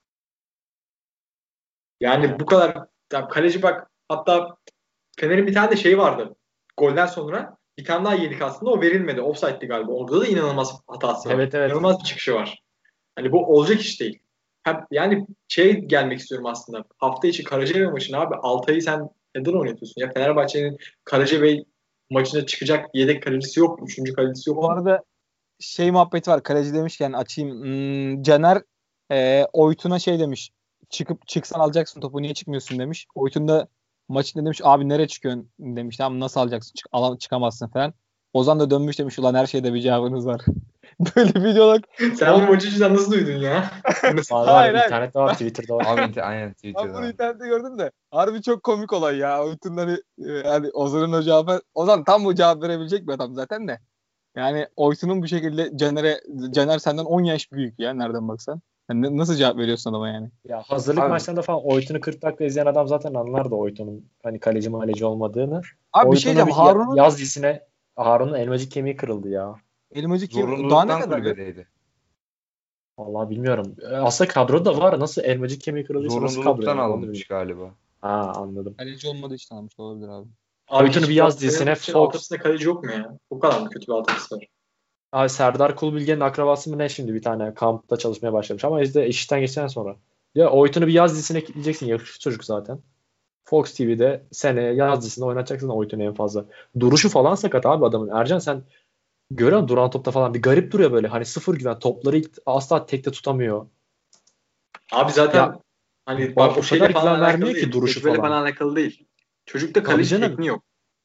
Yani bu kadar ya kaleci bak hatta Fener'in bir tane de şey vardı. Golden sonra bir tane daha yedik aslında. O verilmedi. Offside'di galiba. Orada da inanılmaz hatası var. Evet, evet. İnanılmaz bir çıkışı var. Hani bu olacak iş değil. Yani şey gelmek istiyorum aslında. Hafta içi Karacabey maçını abi Altay'ı sen neden oynatıyorsun? Ya Fenerbahçe'nin Karacabey maçına çıkacak yedek kalecisi yok mu? Üçüncü kalecisi yok Bu mu? arada şey muhabbeti var. Kaleci demişken açayım. Caner Oytun'a şey demiş. Çıksan alacaksın topu niye çıkmıyorsun demiş. Oytun da maçında demiş abi nereye çıkıyorsun demiş. Tamam nasıl alacaksın çıkamazsın falan. Ozan da dönmüş demiş ulan her şeyde bir cevabınız var. Böyle videolar. Sen bu maçı cidden nasıl duydun ya? Var. Hayır hayır. İnternette var. Twitter'da var. Abi aynen Ben bunu Twitter'dan. internette gördüm de. Harbi çok komik olay ya. Oytun hani, hani Ozan'ın o cevabı. Ozan tam bu cevap verebilecek bir adam zaten de. Yani Oytun'un bu şekilde Caner senden 10 yaş büyük ya nereden baksan. Yani nasıl cevap veriyorsun adama yani? Ya hazırlık Abi, maçlarında falan Oytun'u 40 dakika izleyen adam zaten anlar da Oytun'un hani kaleci maleci olmadığını. Abi bir şey Oytun'a diyeceğim. bir Harun'un yaz dizisine Harun'un elmacık kemiği kırıldı ya. elmacık kim? Daha ne zorunluluktan kadar ya? kulübedeydi. Vallahi bilmiyorum. Aslında kadroda da var. Nasıl elmacık kemiği kırıldıysa nasıl kadro Zorunluluktan yani onu alınmış bilmiyorum. galiba. Ha, anladım. Kaleci olmadığı için almış da olabilir abi. Abi Oytun'u bir hiç yaz dizisine Fenerbahçe'nin Fox. altyapısında kaleci yok mu ya? Bu kadar mı kötü bir altyapısı var? Abi Serdar Kulbilge'nin akrabası mı ne şimdi bir tane kampta çalışmaya başlamış ama işte işten geçten sonra. Ya Oytun'u bir yaz dizisine kitleyeceksin. Yakışıklı çocuk zaten. Fox TV'de seneye yaz dizisinde oynatacaksın Oytun'u en fazla. Duruşu falan sakat abi adamın. Ercan sen görüyor musun duran topta falan bir garip duruyor böyle. Hani sıfır güven. Topları asla tekte tutamıyor. Abi zaten Ya hani bak o o kadar şeyle falan güven alakalı vermiyor ki değil. duruşu Tecrübeyle falan. falan alakalı değil. Çocukta Tabii kaleci canım. tekniği yok.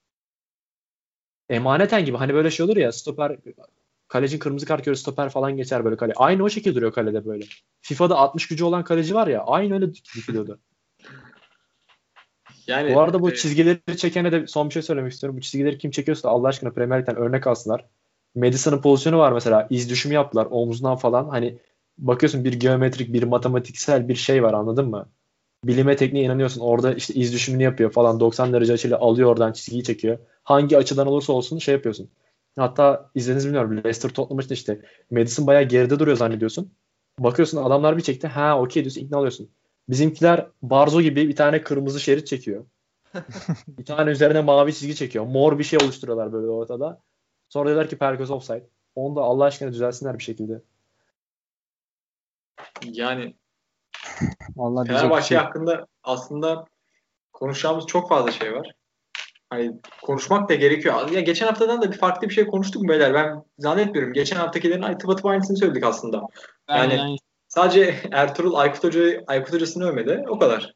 Emaneten gibi. Hani böyle şey olur ya stoper kalecinin kırmızı kart görür stoper falan geçer böyle kale. Aynı o şekilde duruyor kalede böyle. FIFA'da 60 gücü olan kaleci var ya aynı öyle dikiliyordu. Yani Bu arada bu çizgileri çekene de son bir şey söylemek istiyorum. Bu çizgileri kim çekiyorsa Allah aşkına Premier Lig'den örnek alsınlar. Madison'ın pozisyonu var mesela. İz düşümü yaptılar omzundan falan. Hani bakıyorsun bir geometrik, bir matematiksel bir şey var anladın mı? Bilime tekniğe inanıyorsun. Orada işte iz düşümünü yapıyor falan. 90 derece açıyla alıyor oradan çizgiyi çekiyor. Hangi açıdan olursa olsun şey yapıyorsun. Hatta izlediniz bilmiyorum. Leicester Tottenham maçında işte Madison bayağı geride duruyor zannediyorsun. Bakıyorsun adamlar bir çekti. Ha okey diyorsun ikna oluyorsun. Bizimkiler Barzo gibi bir tane kırmızı şerit çekiyor. Bir tane üzerine mavi çizgi çekiyor. Mor bir şey oluşturuyorlar böyle ortada. Sonra diyorlar ki Perkos offside. Onu da Allah aşkına düzelsinler bir şekilde. Yani Vallahi diyecek bir Fenerbahçe şey. hakkında aslında konuşacağımız çok fazla şey var. Hani konuşmak da gerekiyor. Ya geçen haftadan da bir farklı bir şey konuştuk mu beyler? Ben zannetmiyorum. Geçen haftakilerin tıpatıp aynısını söyledik aslında. Yani Yani sadece Ertuğrul Aykut Hoca'sını övmedi. O kadar.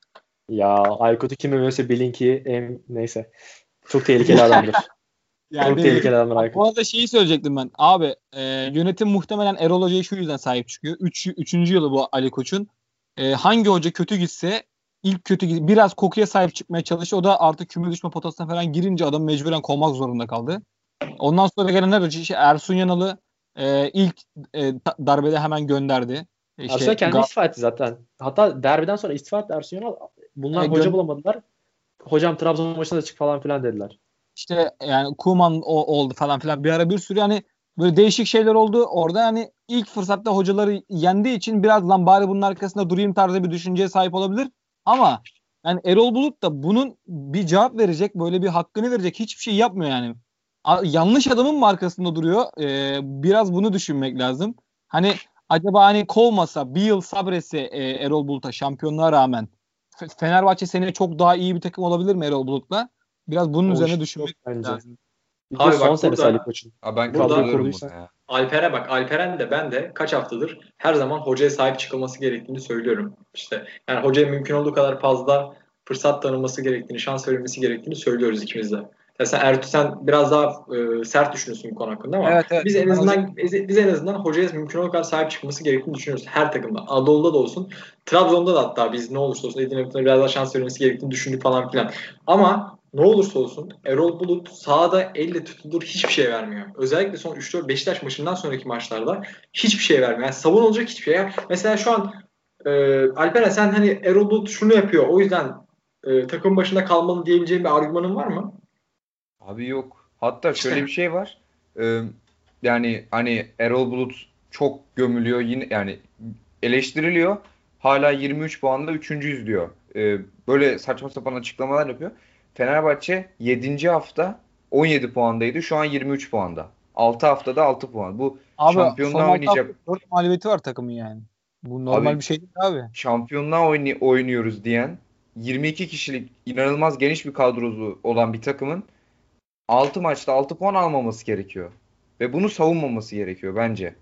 Ya Aykut'u kim övüyorsa bilin ki neyse. Çok tehlikeli adamdır. Çok tehlikeli adamdır bu Aykut. arada şeyi söyleyecektim ben. Abi yönetim muhtemelen Erol Hoca'ya şu yüzden sahip çıkıyor. Üçüncü yılı bu Ali Koç'un. Hangi hoca kötü gitse ilk biraz kokuya sahip çıkmaya çalıştı. O da artık küme düşme potasına falan girince adam mecburen kovmak zorunda kaldı. Ondan sonra gelenler hoca Ersun Yanal'ı ilk darbede hemen gönderdi. Ersun Yanal kendi istifa etti zaten. Hatta derbiden sonra istifa etti Ersun Yanal. Bunlar hoca bulamadılar. Hocam Trabzon maçına da çık falan filan dediler. İşte yani Koeman oldu falan filan bir ara bir sürü yani böyle değişik şeyler oldu. Orada yani ilk fırsatta hocaları yendiği için biraz lan bari bunun arkasında durayım tarzı bir düşünceye sahip olabilir. Ama yani Erol Bulut da bunun bir cevap verecek, böyle bir hakkını verecek hiçbir şey yapmıyor yani. Yanlış adamın mı arkasında duruyor? Biraz bunu düşünmek lazım. Hani acaba hani kovmasa bir yıl sabretse Erol Bulut'a şampiyonluğa rağmen Fenerbahçe seneye çok daha iyi bir takım olabilir mi Erol Bulut'la? Biraz bunun O üzerine iş yok düşünmek bence. lazım. Bir de Abi son bak senesi burada Ali Koç'un. Ben Burada Kadroyu katılıyorum kurduysa. buna ya. Alperen de ben de kaç haftadır her zaman hocaya sahip çıkılması gerektiğini söylüyorum. İşte yani hocaya mümkün olduğu kadar fazla fırsat tanınması gerektiğini, şans verilmesi gerektiğini söylüyoruz ikimiz de. Ya sen biraz daha sert düşünüyorsun bu konu hakkında ama Evet, evet. biz en azından hocaya mümkün olduğu kadar sahip çıkması gerektiğini düşünüyoruz her takımda. Anadolu'da da olsun, Trabzon'da da hatta biz ne olursa olsun Edirne'de biraz daha şans verilmesi gerektiğini düşündük falan filan. Ama ne olursa olsun Erol Bulut sahada elle tutulur hiçbir şey vermiyor. Özellikle son 3-4 Beşiktaş maçından sonraki maçlarda hiçbir şey vermiyor. Yani savunulacak hiçbir şey. Yani mesela şu an Alperen sen hani Erol Bulut şunu yapıyor o yüzden takım başında kalmalı diyebileceğin bir argümanın var mı? Abi yok. Hatta şöyle İşte bir şey var. Yani hani Erol Bulut çok gömülüyor yine, yani eleştiriliyor. Hala 23 puanla 3.'yüz diyor. Böyle saçma sapan açıklamalar yapıyor. Fenerbahçe 7. hafta 17 puandaydı. Şu an 23 puanda. 6 haftada 6 puan. Bu Abi son şampiyonluğa 6 hafta oynayacak. 4 mağlubiyeti var takımın yani. Bu normal Abi bir şey değil abi. şampiyonluğa oynuyoruz diyen 22 kişilik inanılmaz geniş bir kadrosu olan bir takımın 6 maçta 6 puan almaması gerekiyor. Ve bunu savunmaması gerekiyor bence.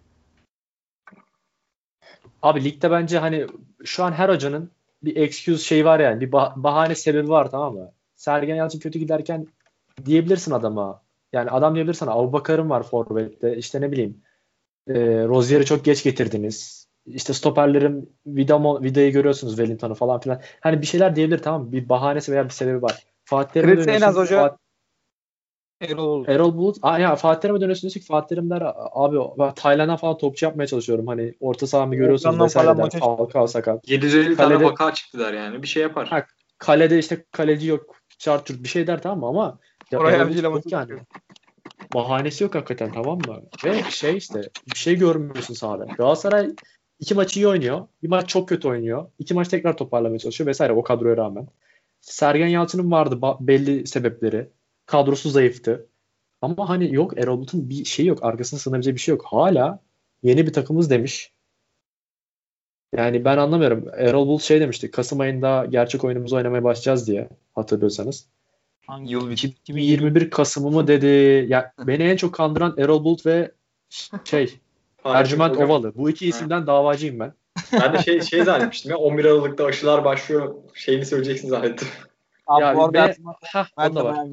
Abi ligde bence hani şu an her hocanın bir excuse şey var yani. Bir bahane sebebi var, tamam mı? Sergen Yalçın kötü giderken diyebilirsin adama. Yani adam diyebilir sana Abubakar'ım var forvette. İşte ne bileyim. Rozier'i çok geç getirdiniz. İşte stoperlerim Vida'yı görüyorsunuz, Wellington'u falan filan. Hani bir şeyler diyebilir, tamam mı? Bir bahanesi veya bir sebebi var. Fatih Terim'e Kredisi en az dönüyorsun. hoca Erol. Erol Bulut. Ya Fatih Terim'e dönüyorsun, diyorsun ki Fatih Terim der abi ben Tayland'dan falan topçu yapmaya çalışıyorum. Hani orta sahamı görüyorsunuz Ekrandan falan vesaire der. maça Falcao sakat. 750 tane Kalede vaka çıktı der yani. Bir şey yapar. ha, kalede işte kaleci yok. Çart çurt bir şey der, tamam mı? Ama ya Koray Erol Avcı ile Bulut maça yok yani. çıkıyor. Bahanesi yok hakikaten, tamam mı? Ve şey işte bir şey görmüyorsun sahada. Galatasaray 2 maç iyi oynuyor. Bir maç çok kötü oynuyor. 2 maç tekrar toparlamaya çalışıyor vesaire o kadroya rağmen. Sergen Yalçın'ın vardı belli sebepleri. Kadrosu zayıftı. Ama hani yok, Erol Bulut'un bir şeyi yok. Arkasına sığınabileceği bir şey yok. Hala yeni bir takımız demiş. Yani ben anlamıyorum. Erol Bulut şey demişti. Kasım ayında gerçek oyunumuzu oynamaya başlayacağız diye, hatırlıyorsanız. Hangi Yıl bit 2020 2021 Kasım'ı mı dedi? Ya beni en çok kandıran Erol Bulut ve şey Fahrettin Ercüment Koca. Ovalı. Bu iki Ha. isimden davacıyım ben. Ben de şey zannetmiştim ya 11 Aralık'ta aşılar başlıyor şeyini söyleyeceksin zannettim. Abi bu Ya arada o ben da de var. bayağı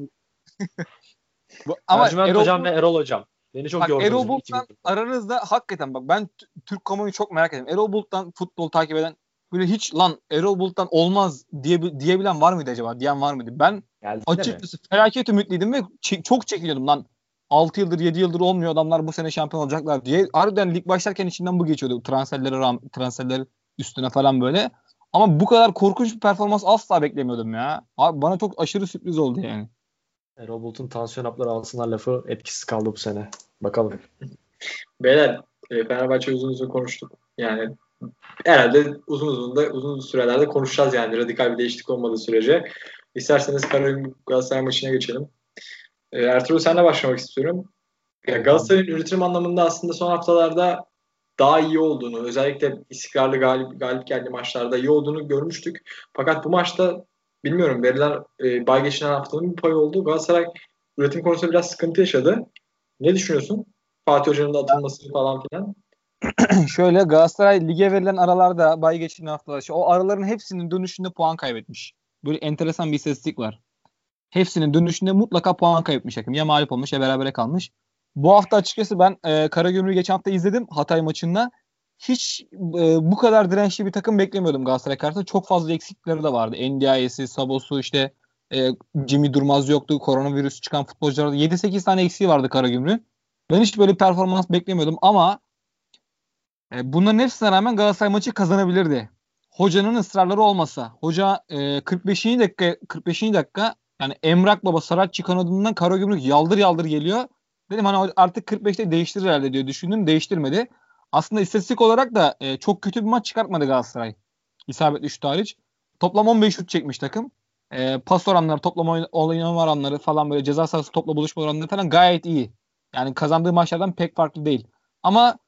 ama Ercüment Hocam ve Erol Hocam. Beni çok bak yordunuz Erol bu Bulut'tan 2020'de. aranızda hakikaten bak ben Türk kamuoyu çok merak ediyorum. Erol Bulut'tan futbol takip eden böyle hiç lan Erol Bulut'tan olmaz diyebilen var mıydı acaba? Diyen var mıydı? Ben Geldi mi? açıkçası felaket ümitliydim ve çok çekiniyordum lan. 6 yıldır 7 yıldır olmuyor adamlar bu sene şampiyon olacaklar diye. Harbiden lig başlarken içinden bu geçiyordu. Transferler üstüne falan böyle. Ama bu kadar korkunç bir performans asla beklemiyordum ya. Abi bana çok aşırı sürpriz oldu yani. Erol Bulut'un tansiyon hapları alsınlar lafı etkisiz kaldı bu sene. Bakalım. Beyler Fenerbahçe uzun uzun konuştuk. Yani herhalde uzun sürelerde konuşacağız yani radikal bir değişiklik olmadığı sürece. İsterseniz Karagümrük Galatasaray maçına geçelim. Ertuğrul senle başlamak istiyorum. Ya Evet abi. Galatasaray'ın üretim anlamında aslında son haftalarda daha iyi olduğunu, özellikle istikrarlı galip geldiği maçlarda iyi olduğunu görmüştük. Fakat bu maçta bilmiyorum, verilen bay geçinen haftanın bir payı oldu. Galatasaray üretim konusunda biraz sıkıntı yaşadı. Ne düşünüyorsun? Fatih Hoca'nın da atılması falan filan. Şöyle, Galatasaray lige verilen aralarda, bay geçtiğin haftalar, o araların hepsinin dönüşünde puan kaybetmiş. Böyle enteresan bir istatistik var. Hepsinin dönüşünde mutlaka puan kaybetmiş takım. Ya mağlup olmuş ya berabere kalmış. Bu hafta açıkçası ben Karagümrük'ü geçen hafta izledim Hatay maçında. Hiç bu kadar dirençli bir takım beklemiyordum Galatasaray karşısında. Çok fazla eksikleri de vardı. Ndiaye'si, Sabos'u, işte Jimmy Durmaz yoktu. Koronavirüs çıkan futbolcularda 7-8 tane eksiği vardı Karagümrük'ün. Ben hiç böyle bir performans beklemiyordum ama bunların hepsine rağmen Galatasaray maçı kazanabilirdi. Hocanın ısrarları olmasa. Hoca 45. dakika yani Emrak Baba Saratçı kanadından Karagümrük yaldır yaldır geliyor. Dedim hani artık 45'te değiştirir herhalde diye düşündüm. Değiştirmedi. Aslında istatistik olarak da çok kötü bir maç çıkartmadı Galatasaray. İsabetli şut hariç. Toplam 15 şut çekmiş takım. Pas oranları, toplam oynama oranları falan, böyle ceza sahası topla buluşma oranları falan gayet iyi. Yani kazandığı maçlardan pek farklı değil. Ama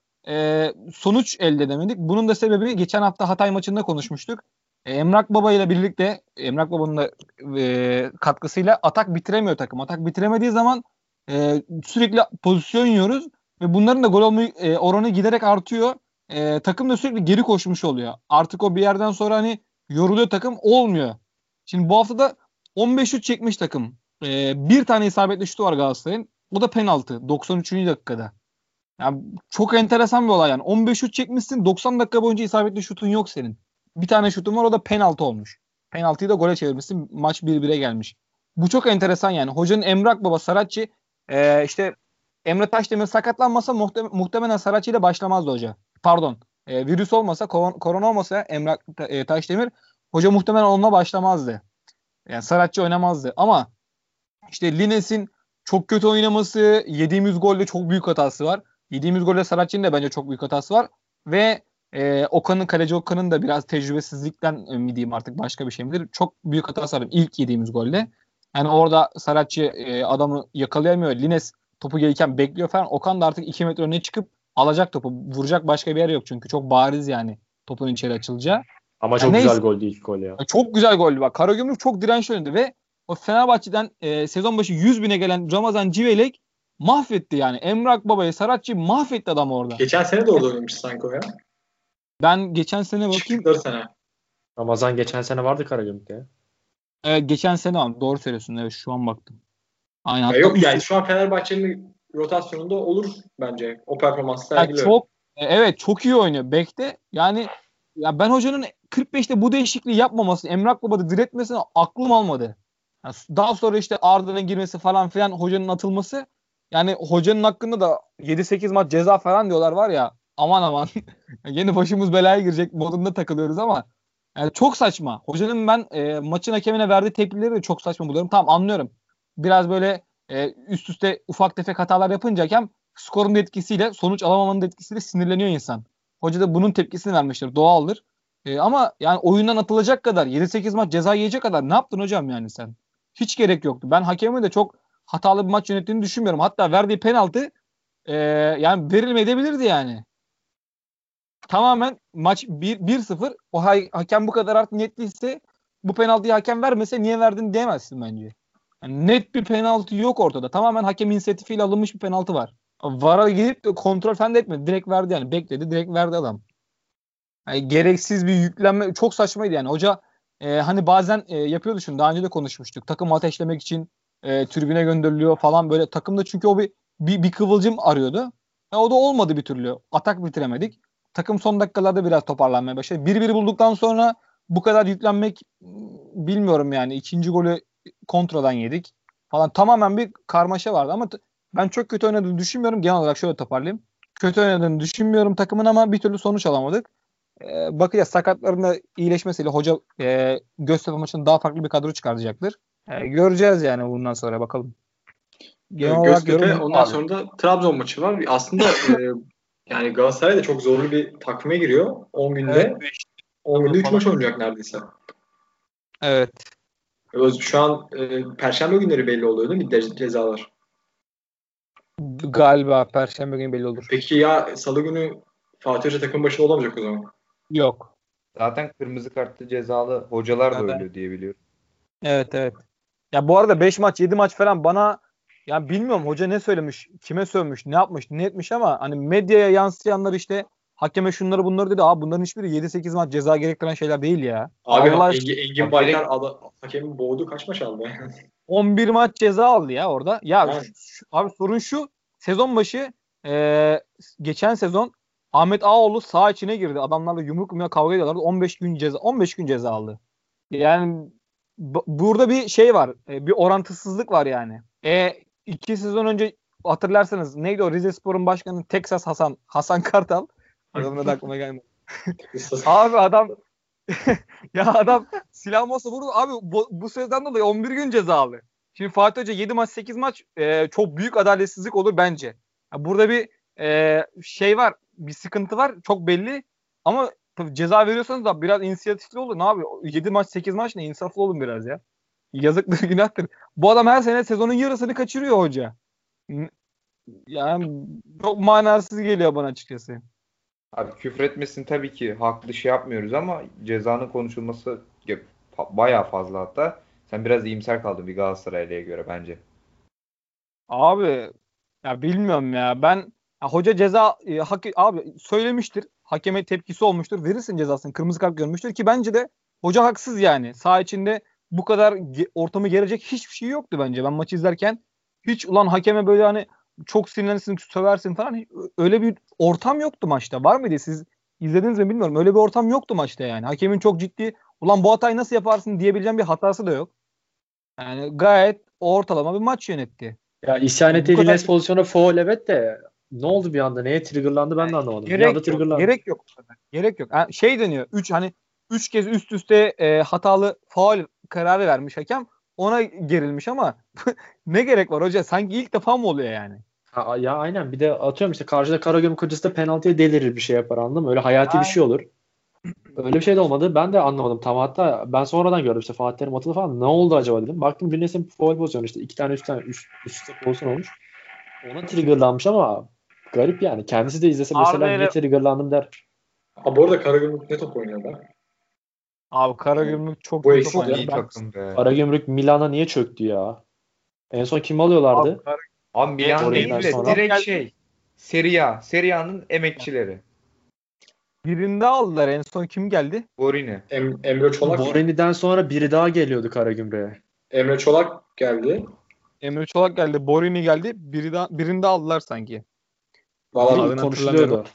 sonuç elde edemedik. Bunun da sebebi geçen hafta Hatay maçında konuşmuştuk. Emrak Baba ile birlikte, Emrak Baba'nın da katkısıyla atak bitiremiyor takım. Atak bitiremediği zaman sürekli pozisyon yiyoruz ve bunların da gol olma oranı giderek artıyor. Takım da sürekli geri koşmuş oluyor. Artık o bir yerden sonra hani yoruluyor takım, olmuyor. Şimdi bu hafta da 15 şut çekmiş takım. Bir tane isabetli şutu var Galatasaray'ın. O da penaltı 93. dakikada. Yani çok enteresan bir olay yani. 15 şut çekmişsin, 90 dakika boyunca isabetli şutun yok senin. Bir tane şutun var, o da penaltı olmuş. Penaltıyı da gole çevirmişsin. Maç 1-1'e gelmiş. Bu çok enteresan yani. Hocanın Emrak Baba Saratçı işte Emre Taşdemir sakatlanmasa muhtemelen Saratçı ile başlamazdı hoca. Pardon. Virüs olmasa, korona olmasa Emrak Taşdemir, hoca muhtemelen onunla başlamazdı. Yani Saratçı oynamazdı. Ama işte Lines'in çok kötü oynaması, yediğimiz golde çok büyük hatası var. Yediğimiz golde Saratçı'nın da bence çok büyük hatası var. Ve kaleci Okan'ın da biraz tecrübesizlikten mi diyeyim artık, başka bir şey midir? Çok büyük hatası var ilk yediğimiz golde. Yani orada Saratçı adamı yakalayamıyor. Lines topu gelirken bekliyor falan. Okan da artık 2 metre öne çıkıp alacak topu. Vuracak başka bir yer yok çünkü. Çok bariz yani topun içeri açılacağı. Ama çok güzel goldü ilk gol ya. Çok güzel goldü bak. Karagümrük çok dirençli oynadı ve o Fenerbahçe'den sezon başı 100 bine gelen Ramazan Civelek mahvetti yani. Emrak Baba'yı, Saratçı mahvetti adam orada. Geçen sene de orada oynamış sanki o ya. Ben geçen sene bakayım. Çıktıkları sene. Ramazan geçen sene vardı Karagümrük'te ya. Geçen sene ama doğru söylüyorsun. Evet, şu an baktım. Aynen. Ya yok yani şu an Fenerbahçe'nin rotasyonunda olur bence. O performans sergiliyor. Evet, çok iyi oynuyor. Bek'te yani, ya ben hocanın 45'te bu değişikliği yapmaması, Emrak Baba'da diretmesine aklım almadı. Yani daha sonra işte Arda'nın girmesi falan filan, hocanın atılması, yani hocanın hakkında da 7-8 maç ceza falan diyorlar var ya, aman aman yeni başımız belaya girecek modunda takılıyoruz ama yani çok saçma. Hocanın ben maçın hakemine verdiği tepkileri de çok saçma buluyorum. Tamam, anlıyorum. Biraz böyle üst üste ufak tefek hatalar yapınca hakem, skorun da etkisiyle, sonuç alamamanın da etkisiyle sinirleniyor insan. Hoca da bunun tepkisini vermiştir. Doğaldır. Ama yani oyundan atılacak kadar, 7-8 maç ceza yiyecek kadar ne yaptın hocam yani sen? Hiç gerek yoktu. Ben hakemin de çok hatalı bir maç yönettiğini düşünmüyorum. Hatta verdiği penaltı yani verilmeyebilirdi yani. Tamamen maç 1-0. O hakem bu kadar art niyetliyse, bu penaltıyı hakem vermese niye verdin diyemezsin bence. Yani net bir penaltı yok ortada. Tamamen hakem inisiyatifiyle alınmış bir penaltı var. VAR'a gidip de kontrol falan da etmedi. Direkt verdi yani. Bekledi. Direkt verdi adam. Yani gereksiz bir yüklenme. Çok saçmaydı yani. Hoca hani bazen yapıyordu şunu. Daha önce de konuşmuştuk. Takım ateşlemek için tribüne gönderiliyor falan böyle. Takımda çünkü o bir kıvılcım arıyordu. O da olmadı bir türlü. Atak bitiremedik. Takım son dakikalarda biraz toparlanmaya başladı. 1-1 bulduktan sonra bu kadar yüklenmek, bilmiyorum yani. İkinci golü kontradan yedik falan. Tamamen bir karmaşa vardı ama ben çok kötü oynadığını düşünmüyorum. Genel olarak şöyle toparlayayım. Kötü oynadığını düşünmüyorum takımın ama bir türlü sonuç alamadık. Bakacağız, sakatların da iyileşmesiyle hoca Göztepe maçında daha farklı bir kadro çıkartacaktır. Göreceğiz yani bundan sonra, bakalım. Göztepe ondan sonra da Trabzon maçı var. Aslında yani Galatasaray da çok zorlu bir takvime giriyor. 10 günde. Evet. 10 günde 3 maç oynayacak neredeyse. Evet. Şu an Perşembe günleri belli oluyor değil mi cezalar? Galiba Perşembe günü belli olur. Peki ya Salı günü Fatih Hoca takım başında olamayacak o zaman. Yok. Zaten kırmızı kartlı cezalı hocalar da Zaten- öyle diye biliyorum. Evet. Ya bu arada 5 maç 7 maç falan bana ya bilmiyorum hoca ne söylemiş, kime sövmüş, ne yapmış, ne etmiş ama hani medyaya yansıyanlar işte hakeme şunları bunları dedi. Abi bunların hiçbiri 7-8 maç ceza gerektiren şeyler değil ya. Abi Allah aşkına Engin Abi Baytar hakemi boğdu, kaç maç aldı? 11 maç ceza aldı ya orada. Ya Yani. abi sorun şu. Sezon başı geçen sezon Ahmet Ağaoğlu saha içine girdi. Adamlarla yumruk kavga ediyorlardı. 15 gün ceza aldı. Yani burada bir şey var. Bir orantısızlık var yani. 2 sezon önce hatırlarsanız neydi o Rizespor'un başkanı Texas Hasan Kartal. Adamın adı aklıma gelmedi. Abi adam ya adam silah masa vurdu. Abi bu sezondan dolayı 11 gün ceza aldı. Şimdi Fatih Hoca 7 maç 8 maç çok büyük adaletsizlik olur bence. Ya burada bir şey var. Bir sıkıntı var. Çok belli. Ama tabii ceza veriyorsanız da biraz inisiyatifli olun abi. 7 maç 8 maç ne? İnsaflı olun biraz ya. Yazıktır günahtır. Bu adam her sene sezonun yarısını kaçırıyor hoca. Yani çok manasız geliyor bana açıkçası. Abi küfretmesin tabii ki haklı şey yapmıyoruz ama cezanın konuşulması bayağı fazla hatta. Sen biraz iyimser kaldın bir Galatasaraylı'ya göre bence. Abi ya bilmiyorum ya. Ben hoca ceza abi söylemiştir. Hakeme tepkisi olmuştur. Verirsin cezasını. Kırmızı kart görmüştür ki bence de hoca haksız yani. Saha içinde bu kadar ortamı gelecek hiçbir şey yoktu bence. Ben maçı izlerken hiç ulan hakeme böyle hani çok sinirlenirsin, söversin falan öyle bir ortam yoktu maçta. Var mıydı? Siz izlediniz mi bilmiyorum. Öyle bir ortam yoktu maçta yani. Hakemin çok ciddi ulan bu hatayı nasıl yaparsın diyebileceğim bir hatası da yok. Yani gayet ortalama bir maç yönetti. Ya isyan Bu ettiği kadar Dines pozisyonu faul evet de ne oldu bir anda? Neye triggerlandı ben de anlamadım. Bir anda gerek yok. triggerlandı. Gerek yok. Gerek yok. Yani şey deniyor. 3 kez üst üste hatalı faul kararı vermiş hakem. Ona gerilmiş ama ne gerek var hoca? Sanki ilk defa mı oluyor yani? Ha, ya aynen bir de atıyorum işte karşıda Karagümrük hocası da penaltıya delirir bir şey yapar anladın mı? Öyle hayati bir şey olur. Öyle bir şey de olmadı. Ben de anlamadım tam. Hatta ben sonradan gördüm işte Fatih Terim atılı falan. Ne oldu acaba dedim. Baktım Dines'in faul pozisyonu işte 2 tane 3 tane üst üste pozisyon olmuş. Ona triggerlanmış ama garip yani. Kendisi de izlese mesela Arda niye ile triggerlandım der. Abi bu arada Karagümrük ne top oynuyor be? abi Karagümrük çok Bu iyi eksik top Çok oynadı. iyi takım be. Karagümrük Milan'a niye çöktü ya? En son kim Abi, alıyorlardı? Abi Milan Mourinho'dan değil de sonra. direkt şey. Serie A. Serie A'nın emekçileri. birinde aldılar. En son kim geldi? Borini. Emre Çolak mı? Borini'den sonra biri daha geliyordu Karagümrük'e. Emre Çolak geldi. Emre Çolak geldi. Borini geldi. Birinde aldılar sanki. Valla Biri Adını hatırlamıyorum. konuşuluyordu.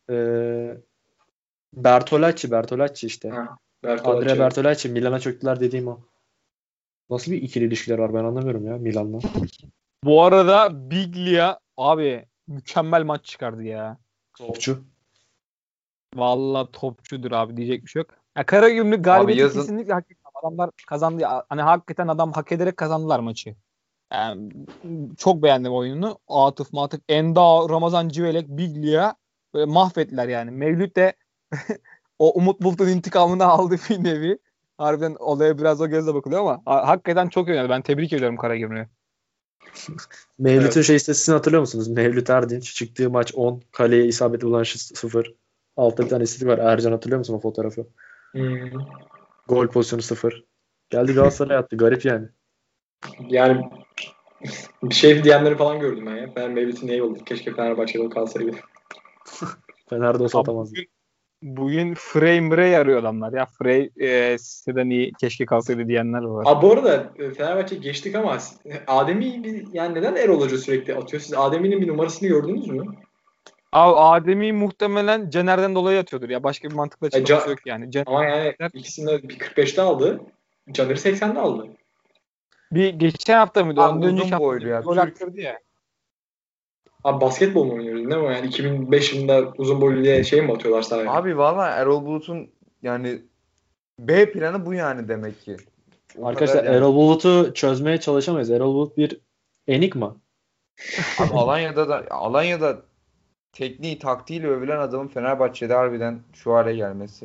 Bertolacci işte. ha, Andrea Bertolacci. Bertolacci Milan'a çöktüler dediğim o. Nasıl bir ikili ilişkiler var ben anlamıyorum ya Milan'la. Bu arada Biglia abi mükemmel maç çıkardı ya. Topçu. Vallahi topçudur abi diyecek bir şey yok. Ya Karagümrük Abi galibiyeti yazın kesinlikle hak etti. Adamlar kazandı. Hani hakikaten adam hak ederek kazandılar maçı. Yani çok beğendim oyununu. Atıf Matıf, Enda, Ramazan Civelek, Biglia böyle mahvettiler yani. Mevlüt de o Umut Bulut'un intikamını aldı bir nevi. Harbiden olaya biraz o gözle bakılıyor ama hakikaten çok iyi oynadı. Ben tebrik ediyorum Karagümrük'ü. Mevlüt'ün Evet. şey istatistiğini hatırlıyor musunuz? Mevlüt Erdinç çıktığı maç 10. Kaleye isabetli bulan 0. Altta bir tane istatistik var. Ercan hatırlıyor musun o fotoğrafı? Hmm. Gol pozisyonu 0. Geldi Galatasaray'a attı. Garip yani. Yani bir şey diyenleri falan gördüm ben ya. Ben Mevlüt'ü niye yolladık? Keşke Fenerbahçe'de kalsaydı. Fener'de olsa Abi atamazdı. bugün Frey arıyor adamlar ya. Frey siteden iyi keşke kalsaydı diyenler var. Abi bu arada Fenerbahçe geçtik ama yani neden Erol Hoca sürekli atıyor? Siz Adem'i'nin bir numarasını gördünüz mü? Abi Adem'i muhtemelen Caner'den dolayı atıyordur ya. Başka bir mantıklı açıklaması yok yani. Ama yani ikisini de bir 45'te aldı. Caner'i 80'de aldı. Bir geçen hafta mıydı? Abi Ondan önceki uzun hafta boylu ya. gol Türk. attırdı ya. Abi basketbol mu oynuyoruz değil mi? Yani 2005 yılında uzun boylu diye şey mi atıyorlar sahaya? Abi valla Erol Bulut'un yani B planı bu yani demek ki. O Arkadaşlar kadar yani. Erol Bulut'u çözmeye çalışamayız. Erol Bulut bir enigma. Abi Alanya'da tekniği taktiğiyle övülen adamın Fenerbahçe'de harbiden şu hale gelmesi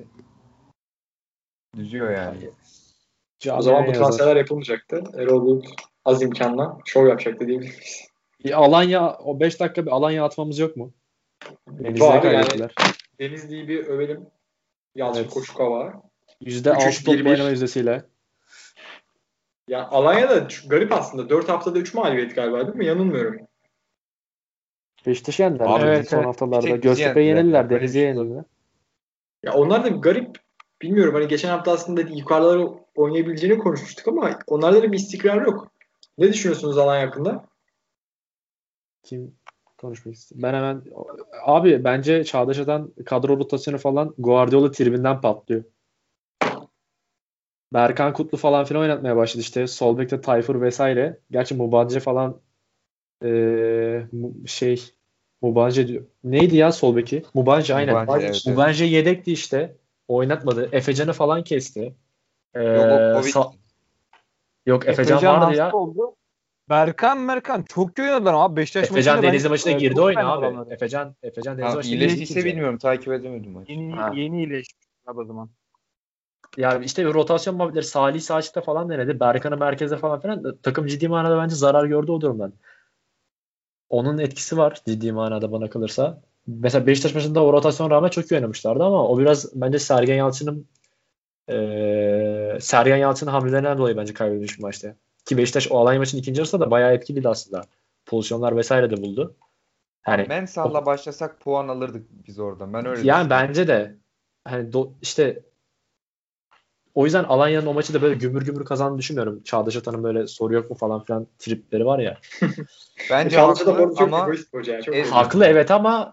düzüyor yani. O zaman bu Camiye yazar. transferler yapılmayacaktı. Erol Bulut az imkanla şov yapacaktı diyebilir miyiz? Bir Alanya o 5 dakika bir Alanya atmamız yok mu? Denizli'ye Var yani kaybettiler. Denizli'yi bir övelim. Yalçın Evet. Koçukova. %6 top 1-1. oynama yüzdesiyle. Ya Alanya'da garip aslında. 4 haftada 3 mağlubiyet galiba değil mi? Yanılmıyorum. Beşiktaş'ı yendiler. Abi, Evet, son evet. haftalarda. Bir tek bizi Göztepe'yi yendiler yenildiler. ya. Böyle bir Denizli'ye şey yok. yenildiler. Ya onlar da garip. Bilmiyorum hani geçen hafta aslında yukarıları oynayabileceğini konuşmuştuk ama onlarda da bir istikrar yok. Ne düşünüyorsunuz Alanya hakkında? Kim konuşmak istiyor? Ben hemen abi bence Çağdaş Atan kadro rotasyonu falan Guardiola tribinden patlıyor. Berkan Kutlu falan filan oynatmaya başladı işte. Sol bekte Tayfur vesaire. Gerçi Mubanje falan Mubanje diyor. Neydi ya sol beki? Mubanje aynen. Mubanje, evet, evet. Mubanje yedekti işte. Oynatmadı. Efecan'ı falan kesti. Yok, o Covid. Yok Efecan vardı hasta ya. oldu. Merkan çok iyi oynadılar abi. Beşiktaş Efecan maçında Denizli maçına girdi çok oyuna beğendim abi. adamları. Efecan Denizli Ha, maçına girdi iyileştiyse ikinci yarı. bilmiyorum. Takip edemedim maçı. Ha. Yeni iyileşmiş abi o zaman. Yani işte bir rotasyon muhabbetleri Salih sağ açıkta falan denedi. Berkan'ı merkeze falan filan. Takım ciddi manada bence zarar gördü o durumdan. Onun etkisi var ciddi manada bana kalırsa. Mesela Beşiktaş maçında o rotasyon rağmen çok iyi oynamışlardı ama o biraz bence Sergen Yalçın'ın hamlelerinden dolayı bence kaybedilmiş bir maçta. Ki Beşiktaş o Alanya maçının ikinci yarısında da bayağı etkiliydi aslında. Pozisyonlar vesaire de buldu. Abi Yani Mensah'la başlasak puan alırdık biz oradan. Ben öyle yani düşünüyorum. bence de hani işte o yüzden Alanya'nın o maçı da böyle gümür gümür kazandığını düşünmüyorum. Çağdaş Atan'ın böyle soru yok mu falan filan tripleri var ya. Bence Çağdaş da bu haklı arada çok ama egoist bir hoca ya. Çok Evet. egoist. Haklı evet ama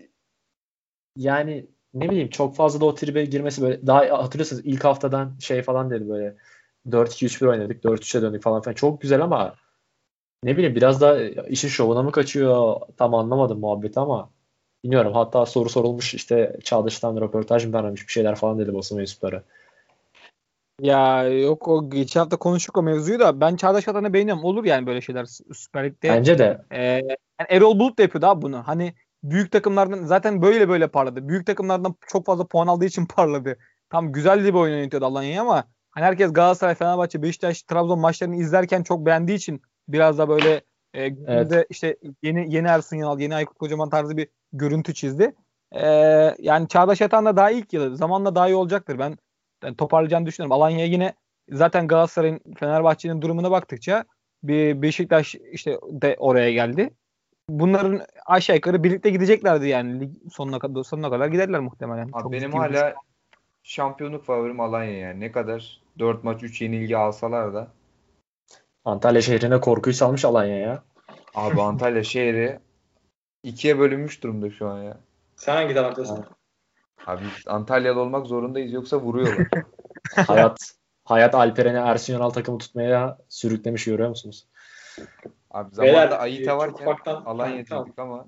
yani ne bileyim çok fazla da o tribe girmesi böyle daha hatırlıyorsunuz ilk haftadan şey falan dedi böyle 4-2-3-1 oynadık 4-3'e döndük falan filan çok güzel ama ne bileyim biraz da işin şovuna mı kaçıyor tam anlamadım muhabbeti ama bilmiyorum hatta soru sorulmuş işte Çağdaş'tan röportaj mı vermiş bir şeyler falan dedi basın mensupları. Ya yok o geçen hafta konuştuk o mevzuyu da ben Çağdaş Atan'ı beğeniyorum. Olur yani böyle şeyler Süper Lig'de. Bence de Yani Erol Bulut da yapıyordu abi bunu. Hani büyük takımlardan zaten böyle parladı. Büyük takımlardan çok fazla puan aldığı için parladı. Tam güzel bir oyun yönetiyordu Alanya'yı ama hani herkes Galatasaray, Fenerbahçe, Beşiktaş, Trabzon maçlarını izlerken çok beğendiği için biraz da böyle evet. gözünde işte yeni Ersun Yanal, yeni Aykut Kocaman tarzı bir görüntü çizdi. Yani Çağdaş Atan da daha ilk yılı. Zamanla daha iyi olacaktır. Ben yani toparlayacağını düşünüyorum. Alanya yine zaten Galatasaray'ın, Fenerbahçe'nin durumuna baktıkça bir Beşiktaş işte de oraya geldi. Bunların aşağı yukarı birlikte gideceklerdi yani lig sonuna kadar giderler muhtemelen. abi Çok benim ciddi bir düşün. hala şampiyonluk favorim Alanya yani. Ne kadar 4 maç 3 yenilgi alsalar da. Antalya şehrine korkuyu salmış Alanya ya. Abi Antalya şehri ikiye bölünmüş durumda şu an ya. Sen hangi taraftasın? Abi biz Antalyalı olmak zorundayız yoksa vuruyorlar. Hayat Alperen'i Ersun Yanal takımı tutmaya sürüklemiş görüyor musunuz? Abi Beyler zamanında Ayita çok varken ufaktan tamam. Alanya'daydık ama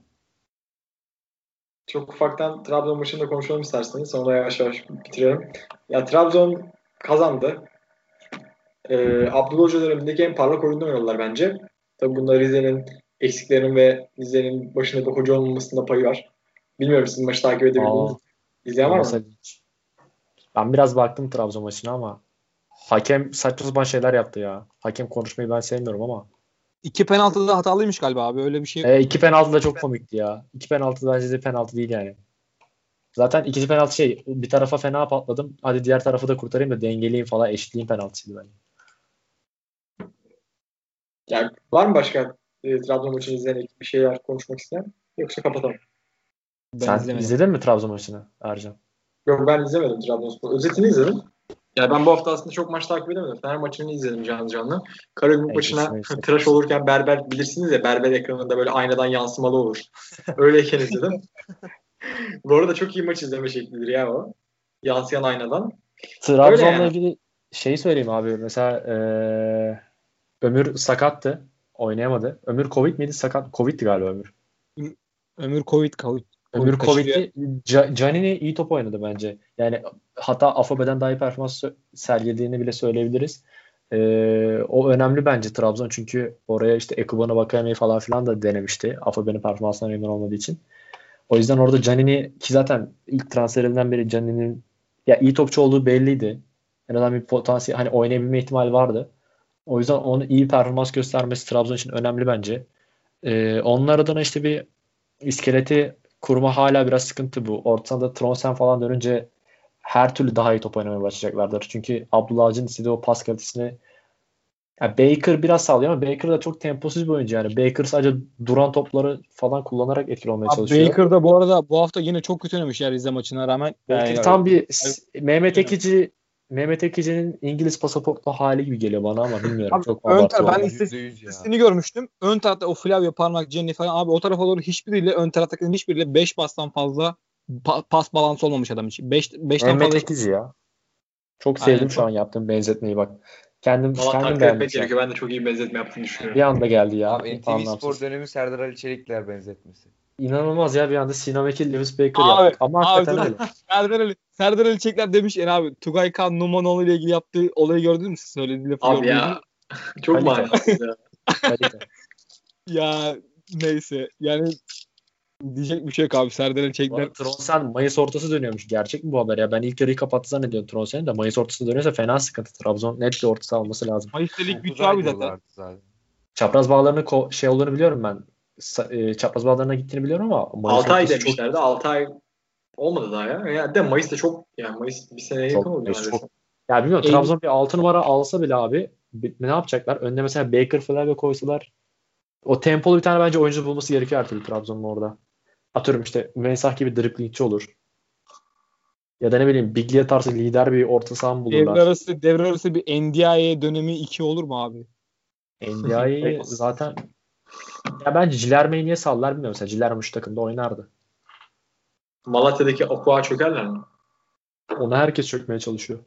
Çok ufaktan Trabzon maçında konuşalım isterseniz. Sonra yavaş yavaş bitirelim. Ya Trabzon kazandı. Abdullah Hoca dönemindeki en parlak oyununu oynadılar bence. Tabii bunda Rize'nin eksiklerinin ve Rize'nin başında bir hoca olmamasında payı var. Bilmiyorum siz maçı takip edebildiniz Aa, mi? İzleyen var orası mı? ilginç. Ben biraz baktım Trabzon maçına ama hakem saçma sapan şeyler yaptı ya. Hakem konuşmayı ben sevmiyorum ama. 2 penaltıda da hatalıymış galiba abi. Öyle bir şey. İki penaltı da çok komikti ya. İki penaltı bence de penaltı değil yani. Zaten ikinci penaltı bir tarafa fena patladım. Hadi diğer tarafı da kurtarayım da dengeleyeyim falan eşitleyeyim penaltısıydı bence. Yani var mı başka Trabzon maçını izleyen bir şeyler konuşmak isteyen? Yoksa kapatalım. Ben Sen izlemedim. izledin mi Trabzon maçını Ercan? Yok ben izlemedim Trabzonspor. Özetini izledim. Yani ben bu hafta aslında çok maç takip edemedim. Fener maçını izledim canlı canlı. Karagümrük maçına tıraş olurken berber bilirsiniz ya berber ekranında böyle aynadan yansımalı olur. Öyleyken izledim. Bu arada çok iyi maç izleme şeklidir ya o. Yansıyan aynadan. Trabzon'la yani. ilgili şeyi söyleyeyim abi. Mesela Ömür sakattı. Oynayamadı. Ömür Covid miydi? Covid'ti galiba Ömür. Ömür Covid Ömür kaçırıyor. Covid'li. Canini iyi top oynadı bence. Yani hatta Afobe'den daha iyi performans sergilediğini bile söyleyebiliriz. O önemli bence Trabzon çünkü oraya işte Ekuban'ı Wakame'yi falan filan da denemişti. Afobe'nin performansından memnun olmadığı için. O yüzden orada Canini ki zaten ilk transferinden beri Canini'nin ya iyi topçu olduğu belliydi. En azından bir potansiyel hani oynayabilme ihtimali vardı. O yüzden onun iyi performans göstermesi Trabzon için önemli bence. Onlar adına işte bir iskeleti kurma hala biraz sıkıntı bu. Ortada Tronsen falan dönünce her türlü daha iyi top oynamaya başlayacaklardır. Çünkü Abdullah Avcı'nın istediği o pas kalitesini Baker biraz sağlıyor ama Baker da çok temposuz bir oyuncu yani. Baker sadece duran topları falan kullanarak etkili olmaya çalışıyor. Baker da bu arada bu hafta yine çok kötü oynamış ya Rize maçına rağmen. Baker tam bir Mehmet Ekici'nin İngiliz pasaportlu hali gibi geliyor bana ama bilmiyorum. Abi, Çok ben abartıyor. istatistiğini görmüştüm. Ön tarafta o Flavio, Parmak, Jenny falan abi o tarafa doğru hiçbiriyle ön taraftakilerin hiçbiriyle 5 pastan fazla pas balansı olmamış adam için. 5'ten Mehmet fazla. Ekici ya. Çok Aynen. sevdim şu an yaptığım benzetmeyi bak. Kendim Valla takdir beğendim etmek şu an. gerekiyor. Ben de çok iyi bir benzetme yaptığını düşünüyorum. Bir anda geldi ya. Abi NTV Anlamsız. Spor dönemi Serdar Ali Çelikler benzetmesi. İnanılmaz ya bir anda Sinan Ekil, Lewis Baker Abi, yaptık. Ama hakikaten öyle. Serdar Ali Çelikler demiş yani abi Tugay Kan Numanoğlu ile ilgili yaptığı olayı gördün mü? Söylediği lafı Abi gördün mü? ya çok Kalite. manasız ya. Kalite. Ya neyse yani diyecek bir şey yok abi. Serdar Ali Bu Çelikler arada Tronsen Mayıs ortası dönüyormuş. Gerçek mi bu haber ya? Ben ilk yarıyı kapattı zannediyorum Tronsen'in de. Mayıs ortası dönüyorsa fena sıkıntı. Trabzon net bir ortası alması lazım. Mayıs'ta lig 9 bitiyor ay abi zaten. diyorlardı zaten. Çapraz bağlarının şey olduğunu biliyorum ben. Çapraz bağlarına gittiğini biliyorum ama Mayıs 6 ay ortası demişlerdi. 6 ay olmadı daha ya. Ya de Mayıs'ta çok yani Mayıs bir seneye yakın oldu Mayıs neredeyse. Ya bilmiyorum Eylül- Trabzon bir 6 numara alsa bile abi ne yapacaklar? Önüne mesela Baker falan koysalar o tempolu bir tane bence oyuncu bulması gerekiyor her türlü Trabzon'un orada. Atıyorum işte Mensah gibi driblingçi olur. Ya da ne bileyim Biglia tarzı lider bir orta saha mı bulurlar? Devre arası bir NDI dönemi 2 olur mu abi? NDI'yi zaten ya bence Cilerme'yi niye sallar bilmiyorum. Mesela Cilerme şu takımda oynardı. Malatya'daki Aqua çökerler mi? Ona herkes çökmeye çalışıyor.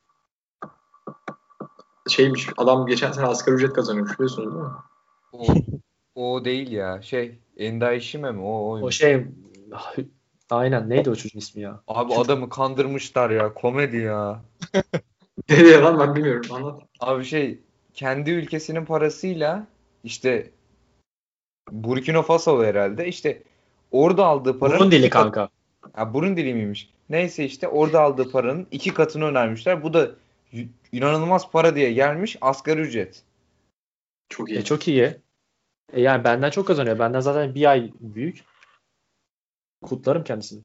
Şeymiş adam geçen sene asgari ücret kazanıyormuş biliyorsunuz değil mi? O değil ya. Enda İşime mi? O Oymuş. şey aynen neydi o çocuğun ismi ya? Abi adamı kandırmışlar ya. Komedi ya. Ne diyor lan ben bilmiyorum anlat. Abi kendi ülkesinin parasıyla işte Burkina Faso herhalde işte orada aldığı paranın Burun dili iki kanka. Burundili miymiş? Neyse işte orada aldığı paranın 2 katını önermişler. Bu da inanılmaz para diye gelmiş asgari ücret. Çok iyi. Çok iyi. Yani benden çok kazanıyor. Benden zaten bir ay büyük. Kutlarım kendisini.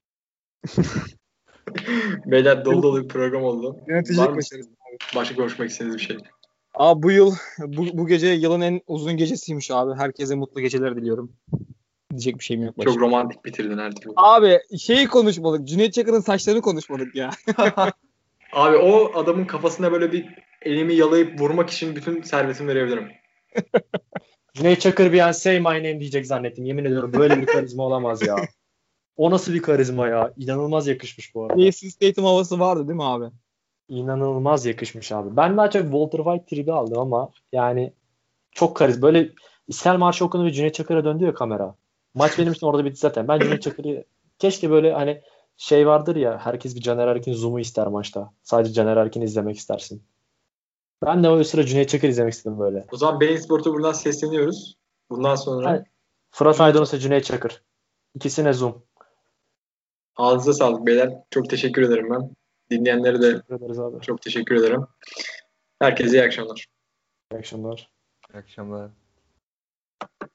Beyler dolu dolu bir program oldu. Yöneticilik Var mı başarısı. başka konuşmak istediğiniz bir şey? Abi bu gece yılın en uzun gecesiymiş abi. Herkese mutlu geceler diliyorum. Diyecek bir şeyim yok başka. Çok romantik bitirdin her türlü. Abi şeyi konuşmadık. Cüneyt Çakır'ın saçlarını konuşmadık ya. Abi o adamın kafasına böyle bir elimi yalayıp vurmak için bütün servetimi verebilirim. Cüneyt Çakır bir an say my name diyecek zannettim. Yemin ediyorum böyle bir karizma olamaz ya. O nasıl bir karizma ya? İnanılmaz yakışmış bu arada. Jason Statham havası vardı değil mi abi? İnanılmaz yakışmış abi. Ben daha çok Walter White tribi aldım ama yani çok karizma. Böyle İstiklal Marşı okundu ve Cüneyt Çakır'a döndü ya kamera. Maç benim için orada bitti zaten. Ben Cüneyt Çakır'ı keşke böyle hani şey vardır ya herkes bir Caner Erkin zoom'u ister maçta. Sadece Caner Erkin'i izlemek istersin. Ben de o sıra Cüneyt Çakır izlemek istedim böyle. O zaman Bein Sport'a buradan sesleniyoruz. Bundan sonra Yani Fırat Aydınus'a Cüneyt Çakır. İkisine zoom. ağzınıza sağlık beyler. Çok teşekkür ederim ben. Dinleyenlere de Teşekkür ederiz abi. çok teşekkür ederim. Herkese iyi akşamlar. İyi akşamlar. İyi akşamlar.